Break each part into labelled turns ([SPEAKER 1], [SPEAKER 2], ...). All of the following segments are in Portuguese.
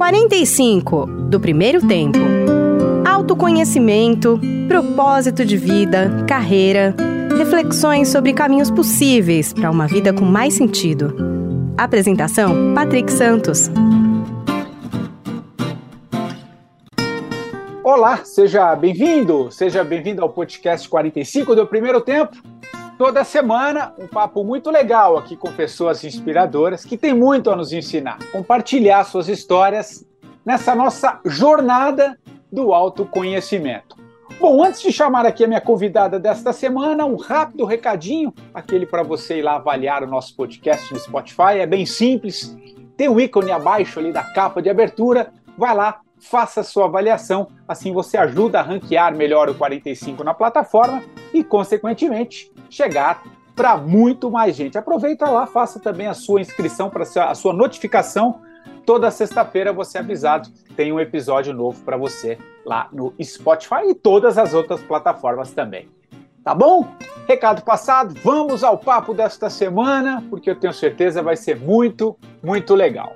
[SPEAKER 1] 45 do primeiro tempo. Autoconhecimento, propósito de vida, carreira, reflexões sobre caminhos possíveis para uma vida com mais sentido. Apresentação: Patrick Santos.
[SPEAKER 2] Olá, seja bem-vindo ao podcast 45 do primeiro tempo. Toda semana, um papo muito legal aqui com pessoas inspiradoras que têm muito a nos ensinar, compartilhar suas histórias nessa nossa jornada do autoconhecimento. Bom, antes de chamar aqui a minha convidada desta semana, um rápido recadinho, aquele para você ir lá avaliar o nosso podcast no Spotify, é bem simples, tem um ícone abaixo ali da capa de abertura, vai lá, faça a sua avaliação, assim você ajuda a ranquear melhor o 45 na plataforma e, consequentemente, chegar para muito mais gente. Aproveita lá, faça também a sua inscrição, para a sua notificação. Toda sexta-feira você é avisado, tem um episódio novo para você lá no Spotify e todas as outras plataformas também. Tá bom? Recado passado, vamos ao papo desta semana, porque eu tenho certeza vai ser muito, muito legal.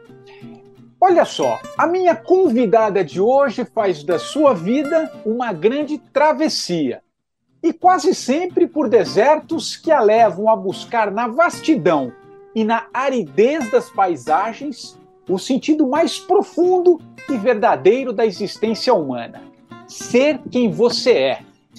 [SPEAKER 2] Olha só, a minha convidada de hoje faz da sua vida uma grande travessia. E quase sempre por desertos que a levam a buscar na vastidão e na aridez das paisagens o sentido mais profundo e verdadeiro da existência humana. Ser quem você é.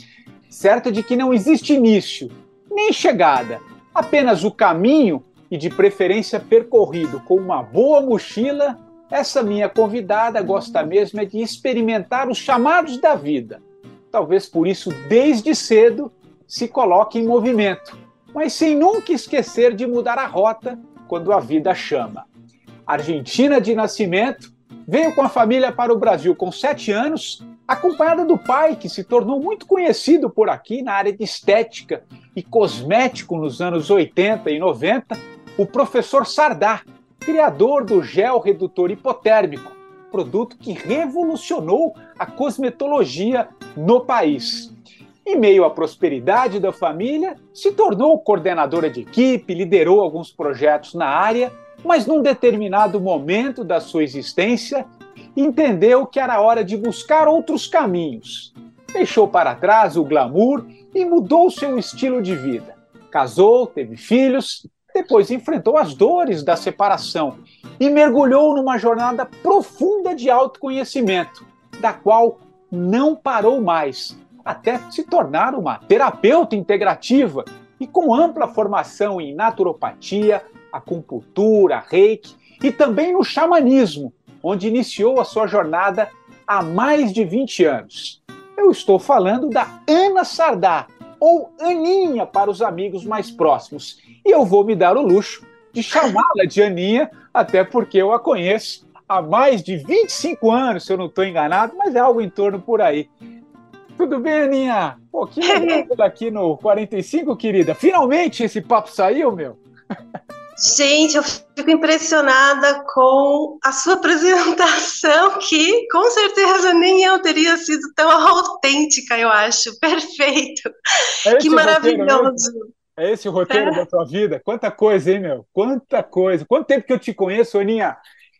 [SPEAKER 2] Certo de que não existe início, nem chegada, apenas o caminho e de preferência percorrido com uma boa mochila. Essa minha convidada gosta mesmo é de experimentar os chamados da vida. Talvez por isso, desde cedo, se coloque em movimento, mas sem nunca esquecer de mudar a rota quando a vida chama. Argentina de nascimento, veio com a família para o Brasil com 7 anos, acompanhada do pai, que se tornou muito conhecido por aqui na área de estética e cosmético nos anos 80 e 90, o professor Sardá, criador do gel redutor hipotérmico, produto que revolucionou a cosmetologia no país. Em meio à prosperidade da família, se tornou coordenadora de equipe, liderou alguns projetos na área, mas num determinado momento da sua existência, entendeu que era hora de buscar outros caminhos. Deixou para trás o glamour e mudou seu estilo de vida. Casou, teve filhos, depois enfrentou as dores da separação e mergulhou numa jornada profunda de autoconhecimento, da qual não parou mais, até se tornar uma terapeuta integrativa e com ampla formação em naturopatia, acupuntura, reiki e também no xamanismo, onde iniciou a sua jornada há mais de 20 anos. Eu estou falando da Ana Sardá, ou Aninha para os amigos mais próximos. E eu vou me dar o luxo de chamá-la de Aninha, até porque eu a conheço há mais de 25 anos, se eu não estou enganado, mas é algo em torno por aí. Tudo bem, Aninha? Pô, que legal aqui no 45, querida. Finalmente esse papo saiu, meu?
[SPEAKER 3] Gente, eu fico impressionada com a sua apresentação, que com certeza nem eu teria sido tão autêntica, eu acho. Perfeito. Que maravilhoso.
[SPEAKER 2] É esse o roteiro da tua vida? Quanta coisa, hein, meu? Quanta coisa. Quanto tempo que eu te conheço, Aninha?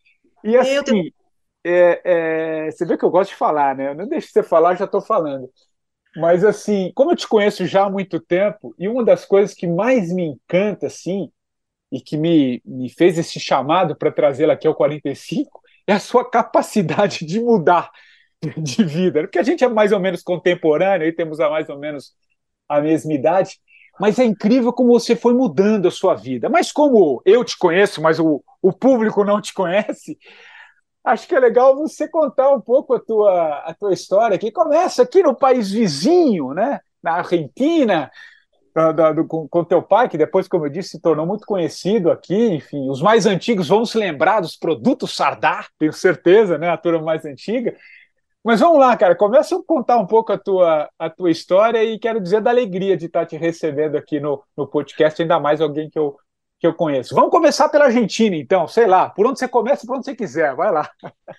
[SPEAKER 2] E assim, você vê que eu gosto de falar, né? Eu não deixo você falar, já estou falando. Mas assim, como eu te conheço já há muito tempo, e uma das coisas que mais me encanta, assim, e que me fez esse chamado para trazê-la aqui ao 45, é a sua capacidade de mudar de vida. Porque a gente é mais ou menos contemporâneo, e temos mais ou menos a mesma idade, mas é incrível como você foi mudando a sua vida. Mas como eu te conheço, mas o público não te conhece, acho que é legal você contar um pouco a tua história, que começa aqui no país vizinho, né? Na Argentina, com teu pai, que depois, como eu disse, se tornou muito conhecido aqui. Enfim, os mais antigos vão se lembrar dos produtos Sardá, tenho certeza, né? A turma mais antiga. Mas vamos lá, cara, começa a contar um pouco a tua história e quero dizer da alegria de estar te recebendo aqui no podcast, ainda mais alguém que eu conheço. Vamos começar pela Argentina, então, sei lá, por onde você começa, por onde você quiser, vai lá.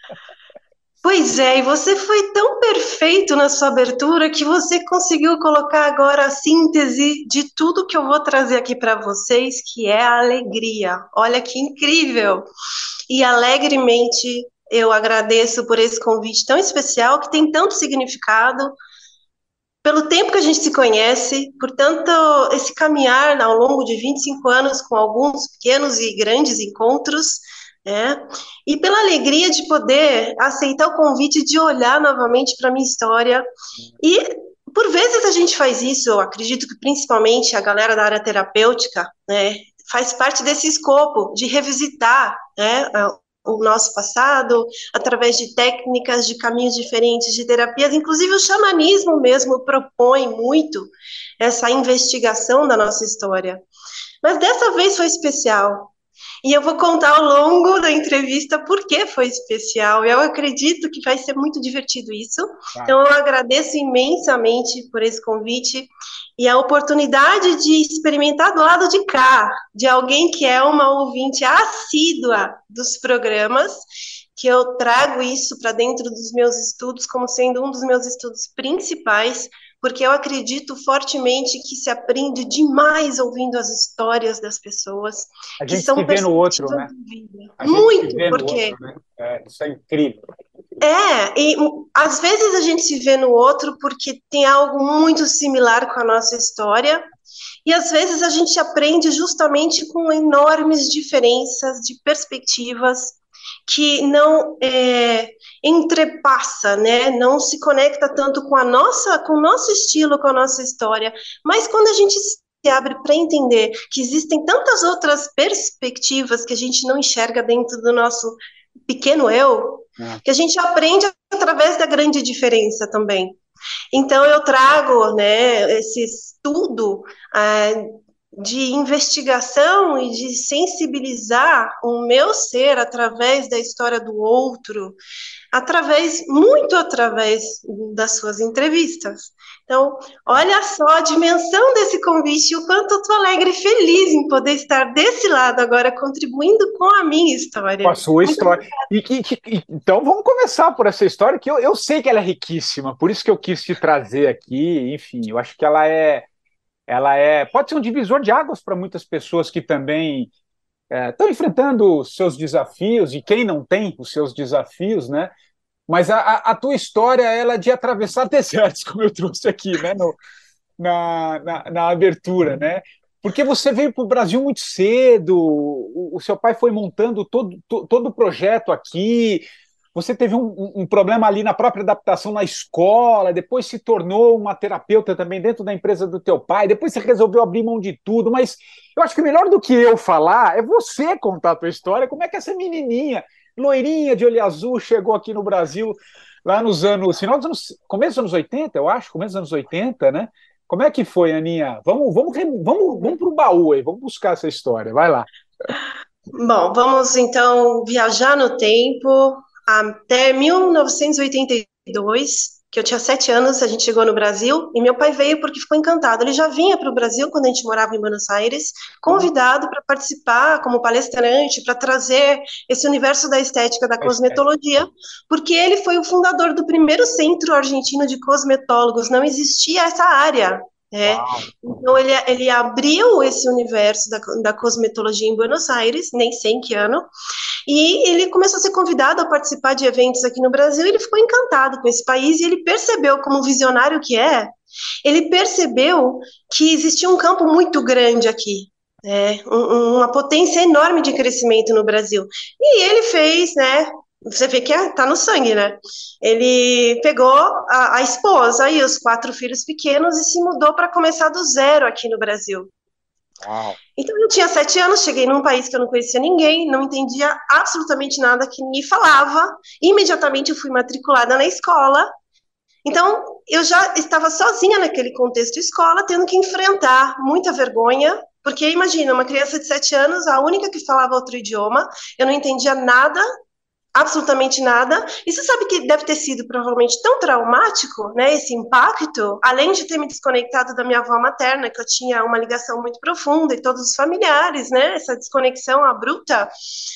[SPEAKER 3] Pois é, e você foi tão perfeito na sua abertura que você conseguiu colocar agora a síntese de tudo que eu vou trazer aqui para vocês, que é a alegria. Olha que incrível! E alegremente Eu agradeço por esse convite tão especial, que tem tanto significado, pelo tempo que a gente se conhece, por tanto, esse caminhar ao longo de 25 anos, com alguns pequenos e grandes encontros, né? E pela alegria de poder aceitar o convite de olhar novamente para a minha história. E, por vezes, a gente faz isso, eu acredito que principalmente a galera da área terapêutica, né, faz parte desse escopo de revisitar, né, o nosso passado, através de técnicas, de caminhos diferentes, de terapias. Inclusive o xamanismo mesmo propõe muito essa investigação da nossa história. Mas dessa vez foi especial. E eu vou contar ao longo da entrevista por que foi especial. Eu acredito que vai ser muito divertido isso. Então, eu agradeço imensamente por esse convite e a oportunidade de experimentar do lado de cá, de alguém que é uma ouvinte assídua dos programas, que eu trago isso para dentro dos meus estudos como sendo um dos meus estudos principais, porque eu acredito fortemente que se aprende demais ouvindo as histórias das pessoas,
[SPEAKER 2] A
[SPEAKER 3] que
[SPEAKER 2] gente
[SPEAKER 3] são
[SPEAKER 2] se vê no outro,
[SPEAKER 3] perspectivas
[SPEAKER 2] né?
[SPEAKER 3] de vida.
[SPEAKER 2] A gente se
[SPEAKER 3] Muito,
[SPEAKER 2] vê no
[SPEAKER 3] porque
[SPEAKER 2] outro, né? Isso é incrível.
[SPEAKER 3] e às vezes a gente se vê no outro porque tem algo muito similar com a nossa história, e às vezes a gente aprende justamente com enormes diferenças de perspectivas que não entrepassa, né? Não se conecta tanto com o nosso estilo, com a nossa história. Mas quando a gente se abre para entender que existem tantas outras perspectivas que a gente não enxerga dentro do nosso pequeno eu, que a gente aprende através da grande diferença também. Então, eu trago, né, esse estudo de investigação e de sensibilizar o meu ser através da história do outro, muito através das suas entrevistas. Então, olha só a dimensão desse convite, o quanto eu estou alegre e feliz em poder estar desse lado agora, contribuindo com a minha história.
[SPEAKER 2] Com a sua história. Então vamos começar por essa história, que eu sei que ela é riquíssima, por isso que eu quis te trazer aqui. Enfim, eu acho que pode ser um divisor de águas para muitas pessoas que também estão enfrentando os seus desafios, e quem não tem os seus desafios, né? Mas a tua história, ela é de atravessar desertos, como eu trouxe aqui, né? Na abertura, né? Porque você veio para o Brasil muito cedo, o seu pai foi montando todo o projeto aqui, você teve um problema ali na própria adaptação na escola, depois se tornou uma terapeuta também dentro da empresa do teu pai, depois você resolveu abrir mão de tudo, mas eu acho que melhor do que eu falar é você contar a tua história, como é que essa menininha, loirinha de olho azul, chegou aqui no Brasil lá começo dos anos 80, eu acho, começo dos anos 80, né? Como é que foi, Aninha? Vamos para o baú aí, vamos buscar essa história, vai lá.
[SPEAKER 3] Bom, vamos então viajar no tempo até 1982, que eu tinha 7 anos, a gente chegou no Brasil, e meu pai veio porque ficou encantado. Ele já vinha para o Brasil quando a gente morava em Buenos Aires, convidado para participar como palestrante, para trazer esse universo da estética, da cosmetologia, porque ele foi o fundador do primeiro centro argentino de cosmetólogos, não existia essa área. Então ele abriu esse universo da cosmetologia em Buenos Aires, nem sei em que ano, e ele começou a ser convidado a participar de eventos aqui no Brasil, e ele ficou encantado com esse país, e ele percebeu, como visionário que ele percebeu que existia um campo muito grande aqui, uma potência enorme de crescimento no Brasil, e ele fez, né, você vê que tá no sangue, né? Ele pegou a esposa e os 4 filhos pequenos e se mudou para começar do zero aqui no Brasil.
[SPEAKER 2] Uau.
[SPEAKER 3] Então, eu tinha 7 anos, cheguei num país que eu não conhecia ninguém, não entendia absolutamente nada que me falava. Imediatamente eu fui matriculada na escola. Então, eu já estava sozinha naquele contexto escola, tendo que enfrentar muita vergonha, porque imagina, uma criança de 7 anos, a única que falava outro idioma, eu não entendia nada, absolutamente nada, e você sabe que deve ter sido provavelmente tão traumático, né, esse impacto, além de ter me desconectado da minha avó materna, que eu tinha uma ligação muito profunda, e todos os familiares, né, essa desconexão abrupta,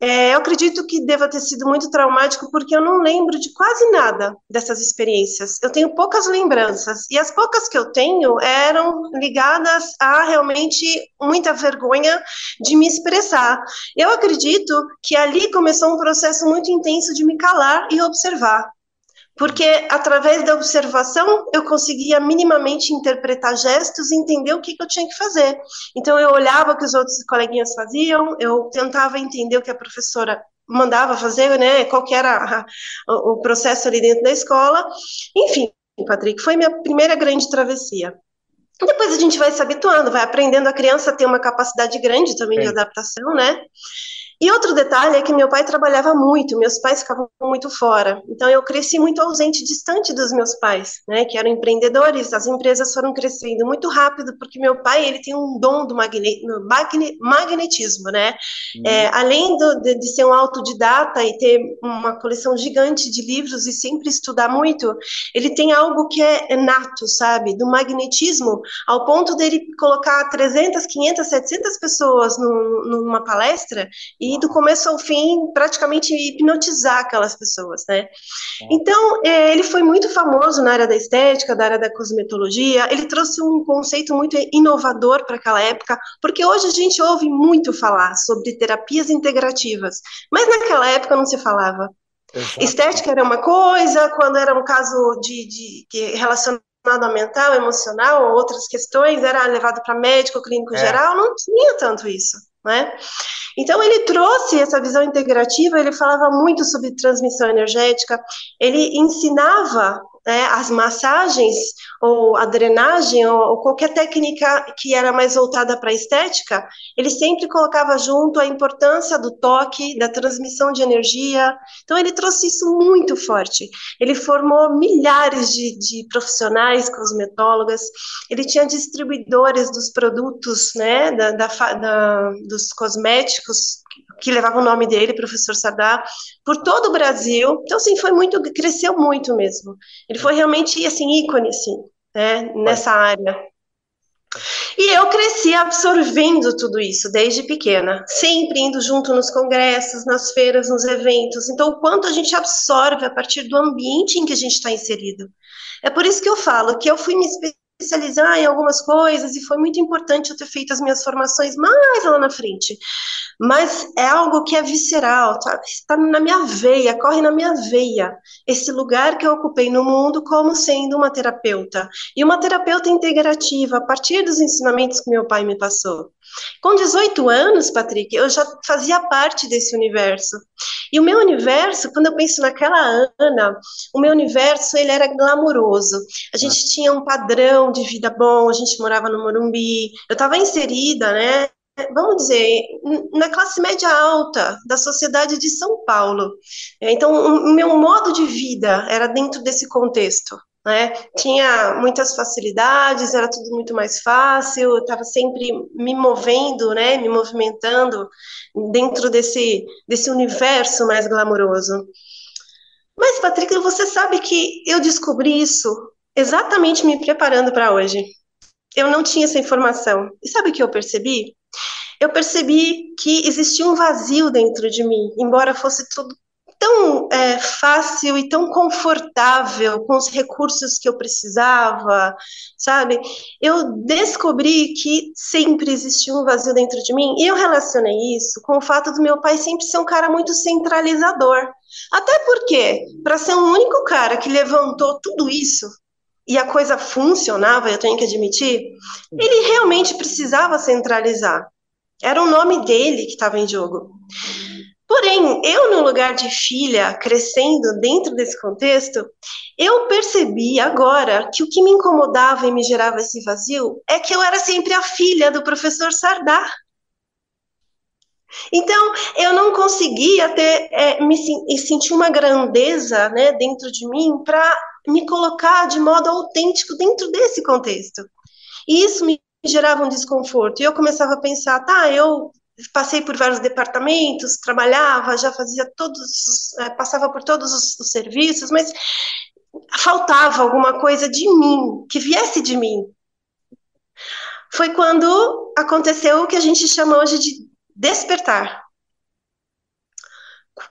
[SPEAKER 3] Eu acredito que deva ter sido muito traumático, porque eu não lembro de quase nada dessas experiências. Eu tenho poucas lembranças, e as poucas que eu tenho eram ligadas a realmente muita vergonha de me expressar. Eu acredito que ali começou um processo muito intenso de me calar e observar. Porque através da observação eu conseguia minimamente interpretar gestos e entender o que eu tinha que fazer. Então eu olhava o que os outros coleguinhas faziam, eu tentava entender o que a professora mandava fazer, né? Qual que era o processo ali dentro da escola. Enfim, Patrick, foi minha primeira grande travessia. Depois a gente vai se habituando, vai aprendendo. A criança tem uma capacidade grande também de
[SPEAKER 2] Sim.
[SPEAKER 3] adaptação, né? E outro detalhe é que meu pai trabalhava muito, meus pais ficavam muito fora. Então eu cresci muito ausente, distante dos meus pais, né, que eram empreendedores. As empresas foram crescendo muito rápido porque meu pai, ele tem um dom do magnetismo, né? Além de ser um autodidata e ter uma coleção gigante de livros e sempre estudar muito, ele tem algo que é nato, sabe? Do magnetismo, ao ponto dele colocar 300, 500, 700 pessoas numa palestra e do começo ao fim, praticamente hipnotizar aquelas pessoas, né? Então, ele foi muito famoso na área da estética, da área da cosmetologia, ele trouxe um conceito muito inovador para aquela época, porque hoje a gente ouve muito falar sobre terapias integrativas, mas naquela época não se falava.
[SPEAKER 2] Exato.
[SPEAKER 3] Estética era uma coisa, quando era um caso de relacionado a mental, emocional ou outras questões, era levado para médico, clínico geral, não tinha tanto isso, né? Então, ele trouxe essa visão integrativa, ele falava muito sobre transmissão energética, ele ensinava, né, as massagens, ou a drenagem, ou qualquer técnica que era mais voltada para a estética, ele sempre colocava junto a importância do toque, da transmissão de energia. Então, ele trouxe isso muito forte. Ele formou milhares de profissionais, cosmetólogas, ele tinha distribuidores dos produtos, né, dos cosméticos, que levava o nome dele, professor Sardá, por todo o Brasil. Então, assim, cresceu muito mesmo. Ele foi realmente, assim, ícone, assim, né, nessa área. E eu cresci absorvendo tudo isso desde pequena, sempre indo junto nos congressos, nas feiras, nos eventos. Então, o quanto a gente absorve a partir do ambiente em que a gente está inserido. É por isso que eu falo que eu fui me especializar em algumas coisas e foi muito importante eu ter feito as minhas formações mais lá na frente. Mas é algo que é visceral, tá? Está na minha veia, corre na minha veia. Esse lugar que eu ocupei no mundo como sendo uma terapeuta. E uma terapeuta integrativa, a partir dos ensinamentos que meu pai me passou. Com 18 anos, Patrick, eu já fazia parte desse universo. E o meu universo, quando eu penso naquela Ana, o meu universo, ele era glamouroso. A gente tinha um padrão de vida bom, a gente morava no Morumbi, eu estava inserida, né? Vamos dizer, na classe média alta da sociedade de São Paulo. Então, o meu modo de vida era dentro desse contexto, né? Tinha muitas facilidades, era tudo muito mais fácil, eu estava sempre me movendo, né? Me movimentando dentro desse universo mais glamouroso. Mas, Patrick, você sabe que eu descobri isso exatamente me preparando para hoje. Eu não tinha essa informação. E sabe o que eu percebi? Eu percebi que existia um vazio dentro de mim, embora fosse tudo tão fácil e tão confortável, com os recursos que eu precisava, sabe? Eu descobri que sempre existia um vazio dentro de mim, e eu relacionei isso com o fato do meu pai sempre ser um cara muito centralizador. Até porque, para ser o único cara que levantou tudo isso, e a coisa funcionava, eu tenho que admitir, ele realmente precisava centralizar. Era o nome dele que estava em jogo. Porém, eu, no lugar de filha, crescendo dentro desse contexto, eu percebi agora que o que me incomodava e me gerava esse vazio é que eu era sempre a filha do professor Sardá. Então, eu não conseguia sentir uma grandeza, né, dentro de mim para me colocar de modo autêntico dentro desse contexto. E isso me gerava um desconforto. E eu começava a pensar, eu passei por vários departamentos, trabalhava, já fazia passava por todos os serviços, mas faltava alguma coisa de mim, que viesse de mim. Foi quando aconteceu o que a gente chama hoje de despertar.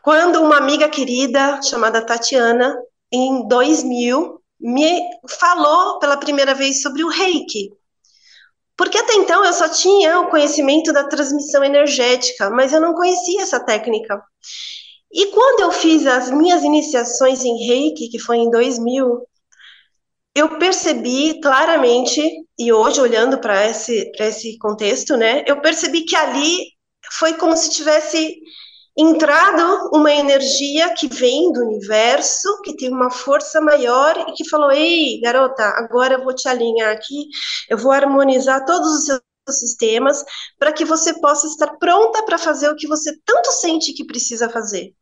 [SPEAKER 3] quando uma amiga querida, chamada Tatiana, em 2000, me falou pela primeira vez sobre o Reiki. Porque até então eu só tinha o conhecimento da transmissão energética, mas eu não conhecia essa técnica. E quando eu fiz as minhas iniciações em Reiki, que foi em 2000, eu percebi claramente, e hoje olhando para esse contexto, né, eu percebi que ali foi como se tivesse entrado uma energia que vem do universo, que tem uma força maior e que falou: ei, garota, agora eu vou te alinhar aqui, eu vou harmonizar todos os seus sistemas para que você possa estar pronta para fazer o que você tanto sente que precisa fazer.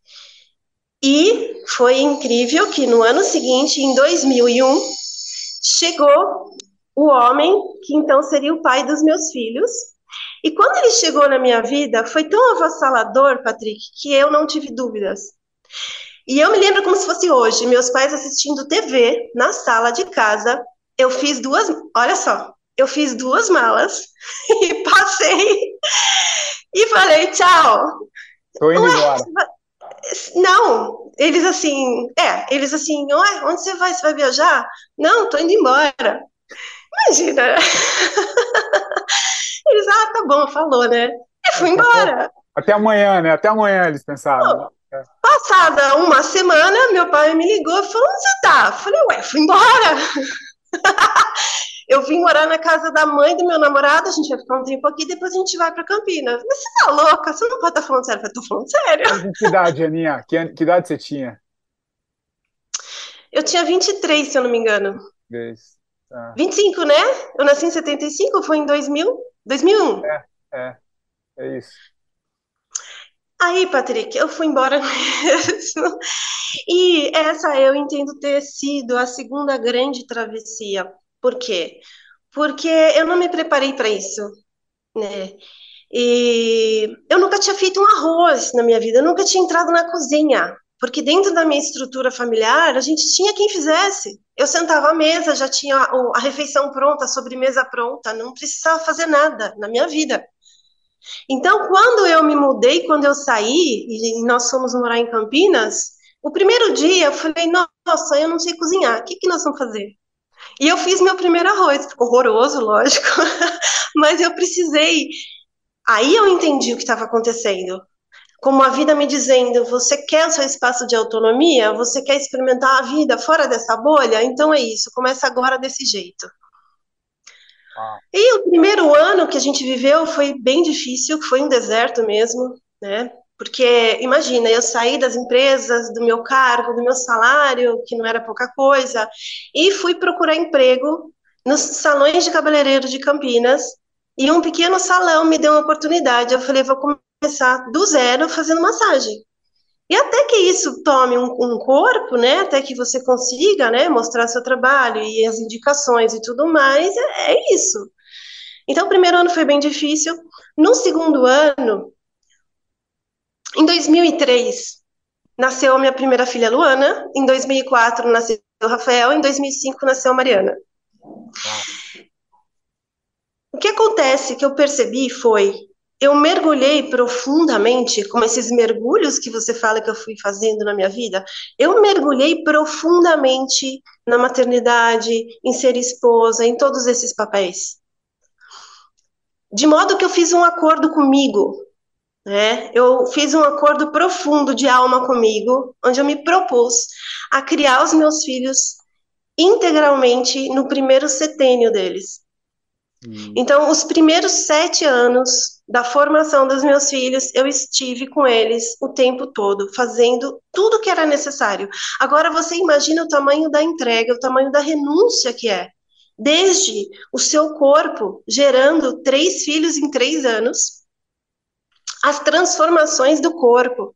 [SPEAKER 3] E foi incrível que no ano seguinte, em 2001, chegou o homem que então seria o pai dos meus filhos. E quando ele chegou na minha vida, foi tão avassalador, Patrick, que eu não tive dúvidas. E eu me lembro como se fosse hoje, meus pais assistindo TV na sala de casa. Eu fiz eu fiz 2 malas e passei e falei tchau.
[SPEAKER 2] Tô indo embora.
[SPEAKER 3] Não, eles assim, ué, onde você vai? Você vai viajar? Não, tô indo embora. Imagina. Eles, tá bom, falou, né? E fui embora.
[SPEAKER 2] Até amanhã, né? Até amanhã eles pensaram.
[SPEAKER 3] Passada uma semana, meu pai me ligou e falou: onde você tá? Eu falei: ué, fui embora. Eu vim morar na casa da mãe do meu namorado, a gente vai ficar um tempo aqui, depois a gente vai para Campinas. Mas você tá louca? Você não pode estar falando sério. Eu falei: tô falando sério.
[SPEAKER 2] Que idade, Aninha? Que idade você tinha?
[SPEAKER 3] Eu tinha 23, se eu não me engano. 25, né? Eu nasci em 75, foi em 2000? 2001.
[SPEAKER 2] É isso.
[SPEAKER 3] Aí, Patrick, eu fui embora mesmo. E essa eu entendo ter sido a segunda grande travessia. Por quê? Porque eu não me preparei para isso, né? E eu nunca tinha feito um arroz na minha vida, eu nunca tinha entrado na cozinha, porque dentro da minha estrutura familiar, a gente tinha quem fizesse. Eu sentava à mesa, já tinha a refeição pronta, a sobremesa pronta, não precisava fazer nada na minha vida. Então, quando eu me mudei, quando eu saí, e nós fomos morar em Campinas, o primeiro dia eu falei: nossa, eu não sei cozinhar, o que nós vamos fazer? E eu fiz meu primeiro arroz, horroroso, lógico, mas eu precisei. Aí eu entendi o que estava acontecendo. Como a vida me dizendo: você quer o seu espaço de autonomia? Você quer experimentar a vida fora dessa bolha? Então é isso, começa agora desse jeito. E o primeiro ano que a gente viveu foi bem difícil, foi um deserto mesmo, né? Porque, imagina, eu saí das empresas, do meu cargo, do meu salário, que não era pouca coisa, e fui procurar emprego nos salões de cabeleireiro de Campinas, e um pequeno salão me deu uma oportunidade. Eu falei: vou começar do zero fazendo massagem. E até que isso tome um corpo, né, até que você consiga, né, mostrar seu trabalho e as indicações e tudo mais, é isso. Então, o primeiro ano foi bem difícil. No segundo ano, em 2003, nasceu a minha primeira filha, Luana. Em 2004, nasceu o Rafael. Em 2005, nasceu a Mariana. O que acontece, que eu percebi foi: eu mergulhei profundamente, como esses mergulhos que você fala que eu fui fazendo na minha vida, eu mergulhei profundamente na maternidade, em ser esposa, em todos esses papéis. De modo que eu fiz um acordo comigo, né? Eu fiz um acordo profundo de alma comigo, onde eu me propus a criar os meus filhos integralmente no primeiro setênio deles. Então, os primeiros 7 anos da formação dos meus filhos, eu estive com eles o tempo todo, fazendo tudo que era necessário. Agora, você imagina o tamanho da entrega, o tamanho da renúncia que é. Desde o seu corpo gerando 3 filhos em 3 anos, as transformações do corpo,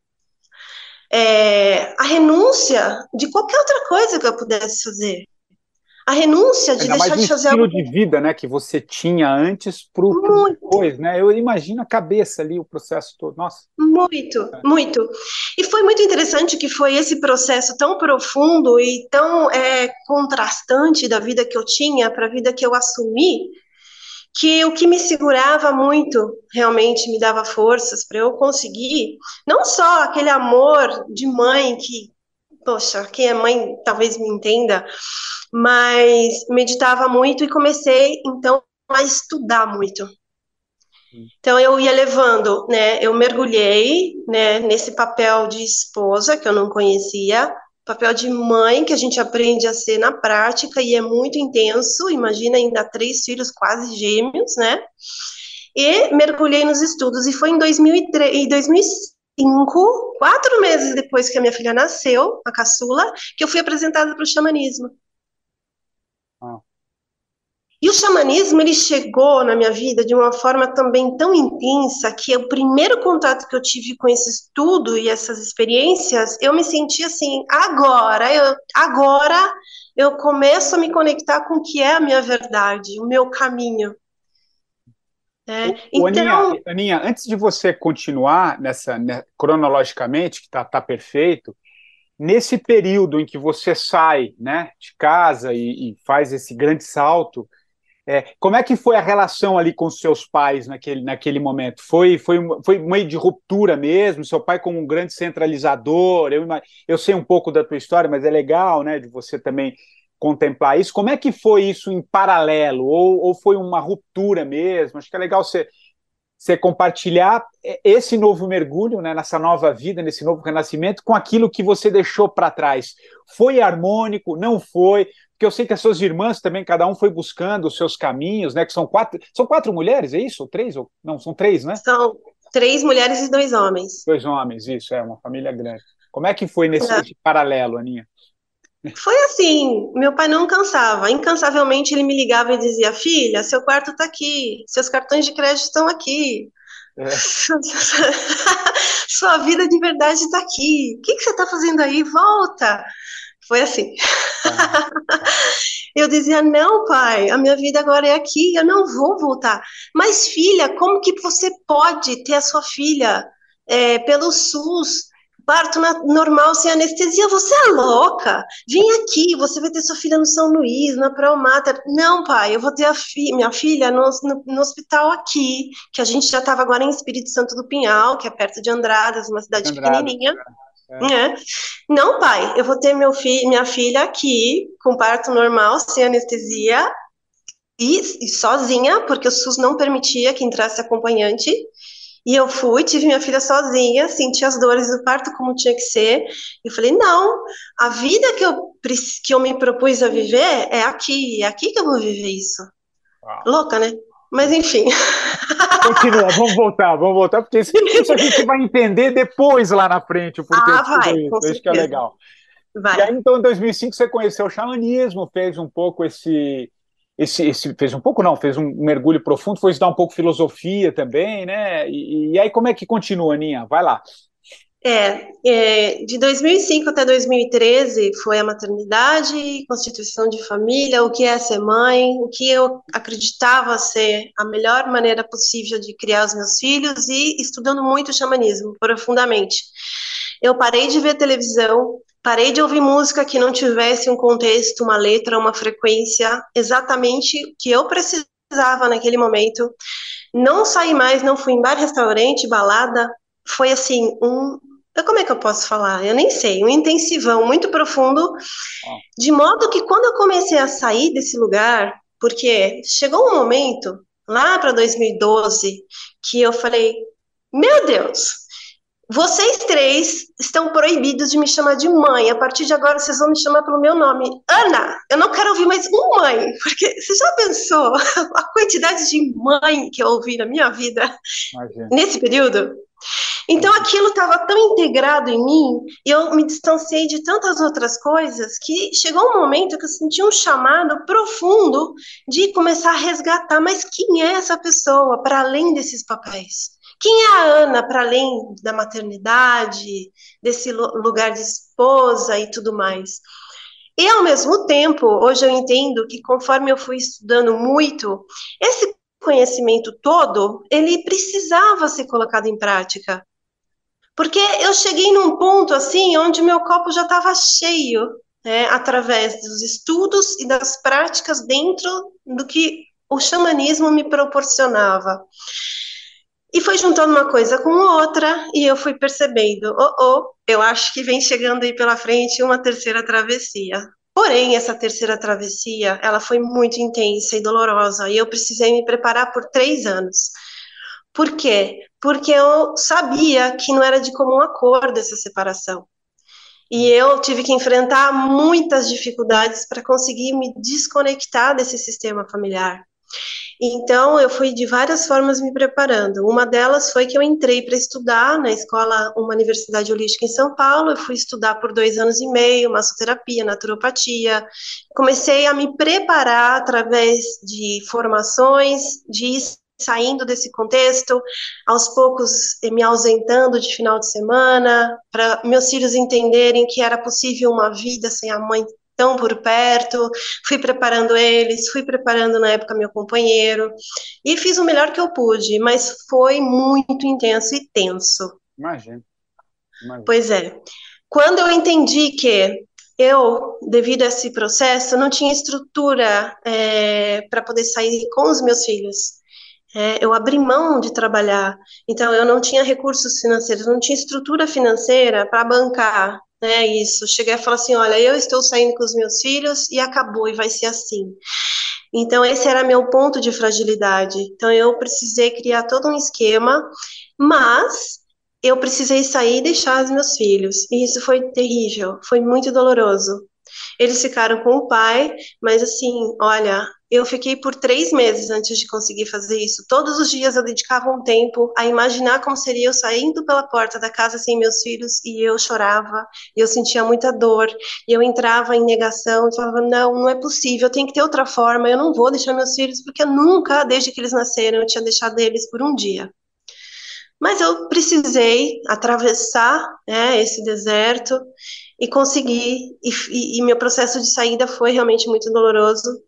[SPEAKER 3] a renúncia de qualquer outra coisa que eu pudesse fazer. A renúncia de deixar de fazer algo.
[SPEAKER 2] O estilo de vida, né, que você tinha antes para o depois, né? Eu imagino a cabeça ali, o processo todo. Nossa.
[SPEAKER 3] Muito, muito. E foi muito interessante que foi esse processo tão profundo e tão contrastante da vida que eu tinha para a vida que eu assumi, que o que me segurava muito, realmente me dava forças para eu conseguir, não só aquele amor de mãe que, poxa, quem é mãe talvez me entenda, mas meditava muito e comecei, então, a estudar muito. Então, eu ia levando, né, eu mergulhei, né, nesse papel de esposa, que eu não conhecia, papel de mãe, que a gente aprende a ser na prática, e é muito intenso, imagina ainda 3 filhos quase gêmeos, né, e mergulhei nos estudos, e foi em 2003, em 2005, 4 meses depois que a minha filha nasceu, a caçula, que eu fui apresentada para o xamanismo.
[SPEAKER 2] Ah.
[SPEAKER 3] E o xamanismo, ele chegou na minha vida de uma forma também tão intensa que o primeiro contato que eu tive com esse estudo e essas experiências, eu me senti assim, agora eu começo a me conectar com o que é a minha verdade, o meu caminho. Né?
[SPEAKER 2] Aninha,
[SPEAKER 3] Então,
[SPEAKER 2] Aninha, antes de você continuar cronologicamente, que tá perfeito, nesse período em que você sai, né, de casa e faz esse grande salto, como é que foi a relação ali com os seus pais naquele momento? Foi meio de ruptura mesmo? Seu pai como um grande centralizador? Eu sei um pouco da tua história, mas é legal, né, de você também contemplar isso. Como é que foi isso em paralelo? Ou foi uma ruptura mesmo? Acho que é legal você compartilhar esse novo mergulho, né, nessa nova vida, nesse novo renascimento, com aquilo que você deixou para trás. Foi harmônico? Não foi? Porque eu sei que as suas irmãs também, cada um foi buscando os seus caminhos, né? Que são quatro mulheres, é isso? Ou três? Não, são três, né?
[SPEAKER 3] são 3 mulheres e 2 homens.
[SPEAKER 2] Dois homens, isso, uma família grande. Como é que foi nesse paralelo, Aninha?
[SPEAKER 3] Foi assim, meu pai não cansava, incansavelmente ele me ligava e dizia, filha, seu quarto está aqui, seus cartões de crédito estão aqui,
[SPEAKER 2] É.
[SPEAKER 3] sua vida de verdade está aqui, o que você está fazendo aí? Volta! Foi assim.
[SPEAKER 2] Ah,
[SPEAKER 3] Eu dizia, não, pai, a minha vida agora é aqui, eu não vou voltar. Mas, filha, como que você pode ter a sua filha pelo SUS, parto normal, sem anestesia? Você é louca? Vem aqui, você vai ter sua filha no São Luís, na Praumater. Não, pai, eu vou ter minha filha no hospital aqui, que a gente já estava agora em Espírito Santo do Pinhal, que é perto de Andradas, uma cidade
[SPEAKER 2] Andrade.
[SPEAKER 3] pequenininha. Não, pai, eu vou ter minha filha aqui, com parto normal, sem anestesia e sozinha, porque o SUS não permitia que entrasse acompanhante. E eu tive minha filha sozinha, senti as dores do parto como tinha que ser. E falei, não, a vida que eu me propus a viver é aqui que eu vou viver isso.
[SPEAKER 2] Uau.
[SPEAKER 3] Louca, né? Mas enfim.
[SPEAKER 2] Continua, vamos voltar, porque isso a gente vai entender depois lá na frente, o porquê de tudo
[SPEAKER 3] Vai,
[SPEAKER 2] isso.
[SPEAKER 3] com
[SPEAKER 2] Acho que é
[SPEAKER 3] certeza.
[SPEAKER 2] legal.
[SPEAKER 3] Vai.
[SPEAKER 2] E aí, então, em 2005, você conheceu o xamanismo, fez um pouco fez um pouco não, fez um mergulho profundo, foi estudar um pouco filosofia também, né? E aí, como é que continua, Aninha? Vai lá.
[SPEAKER 3] De 2005 até 2013 foi a maternidade, constituição de família, o que é ser mãe, o que eu acreditava ser a melhor maneira possível de criar os meus filhos e estudando muito o xamanismo profundamente. Eu parei de ver televisão, parei de ouvir música que não tivesse um contexto, uma letra, uma frequência exatamente que eu precisava naquele momento. Não saí mais, não fui em bar, restaurante, balada. Foi assim, como é que eu posso falar? Eu nem sei, um intensivão muito profundo, de modo que quando eu comecei a sair desse lugar, porque chegou um momento, lá para 2012, que eu falei, meu Deus, vocês 3 estão proibidos de me chamar de mãe. A partir de agora, vocês vão me chamar pelo meu nome. Ana, eu não quero ouvir mais mãe. Porque você já pensou a quantidade de mãe que eu ouvi na minha vida nesse período? Então, aquilo estava tão integrado em mim, e eu me distanciei de tantas outras coisas, que chegou um momento que eu senti um chamado profundo de começar a resgatar, mas quem é essa pessoa para além desses papéis? Quem é a Ana para além da maternidade, desse lugar de esposa e tudo mais? E, ao mesmo tempo, hoje eu entendo que conforme eu fui estudando muito, esse conhecimento todo, ele precisava ser colocado em prática. Porque eu cheguei num ponto, assim, onde meu copo já estava cheio, né, através dos estudos e das práticas dentro do que o xamanismo me proporcionava. E foi juntando uma coisa com outra, e eu fui percebendo, eu acho que vem chegando aí pela frente uma terceira travessia. Porém, essa terceira travessia, ela foi muito intensa e dolorosa, e eu precisei me preparar por 3 anos. Por quê? Porque eu sabia que não era de comum acordo essa separação. E eu tive que enfrentar muitas dificuldades para conseguir me desconectar desse sistema familiar. Então, eu fui de várias formas me preparando. Uma delas foi que eu entrei para estudar na escola, uma universidade holística em São Paulo. Eu fui estudar por 2 anos e meio, massoterapia, naturopatia. Comecei a me preparar através de formações, de saindo desse contexto, aos poucos me ausentando de final de semana, para meus filhos entenderem que era possível uma vida sem a mãe tão por perto, fui preparando eles, fui preparando na época meu companheiro, e fiz o melhor que eu pude, mas foi muito intenso e tenso.
[SPEAKER 2] Imagino.
[SPEAKER 3] Pois é. Quando eu entendi que eu, devido a esse processo, não tinha estrutura para poder sair com os meus filhos, eu abri mão de trabalhar, então eu não tinha recursos financeiros, não tinha estrutura financeira para bancar, né, isso. Cheguei a falar assim, olha, eu estou saindo com os meus filhos e acabou, e vai ser assim. Então esse era meu ponto de fragilidade, então eu precisei criar todo um esquema, mas eu precisei sair e deixar os meus filhos, e isso foi terrível, foi muito doloroso. Eles ficaram com o pai, mas assim, olha, eu fiquei por 3 meses antes de conseguir fazer isso. Todos os dias eu dedicava um tempo a imaginar como seria eu saindo pela porta da casa sem meus filhos, e eu chorava, e eu sentia muita dor, e eu entrava em negação, e falava, não, não é possível, tem que ter outra forma, eu não vou deixar meus filhos, porque eu nunca, desde que eles nasceram, eu tinha deixado eles por um dia. Mas eu precisei atravessar, né, esse deserto e conseguir, e meu processo de saída foi realmente muito doloroso.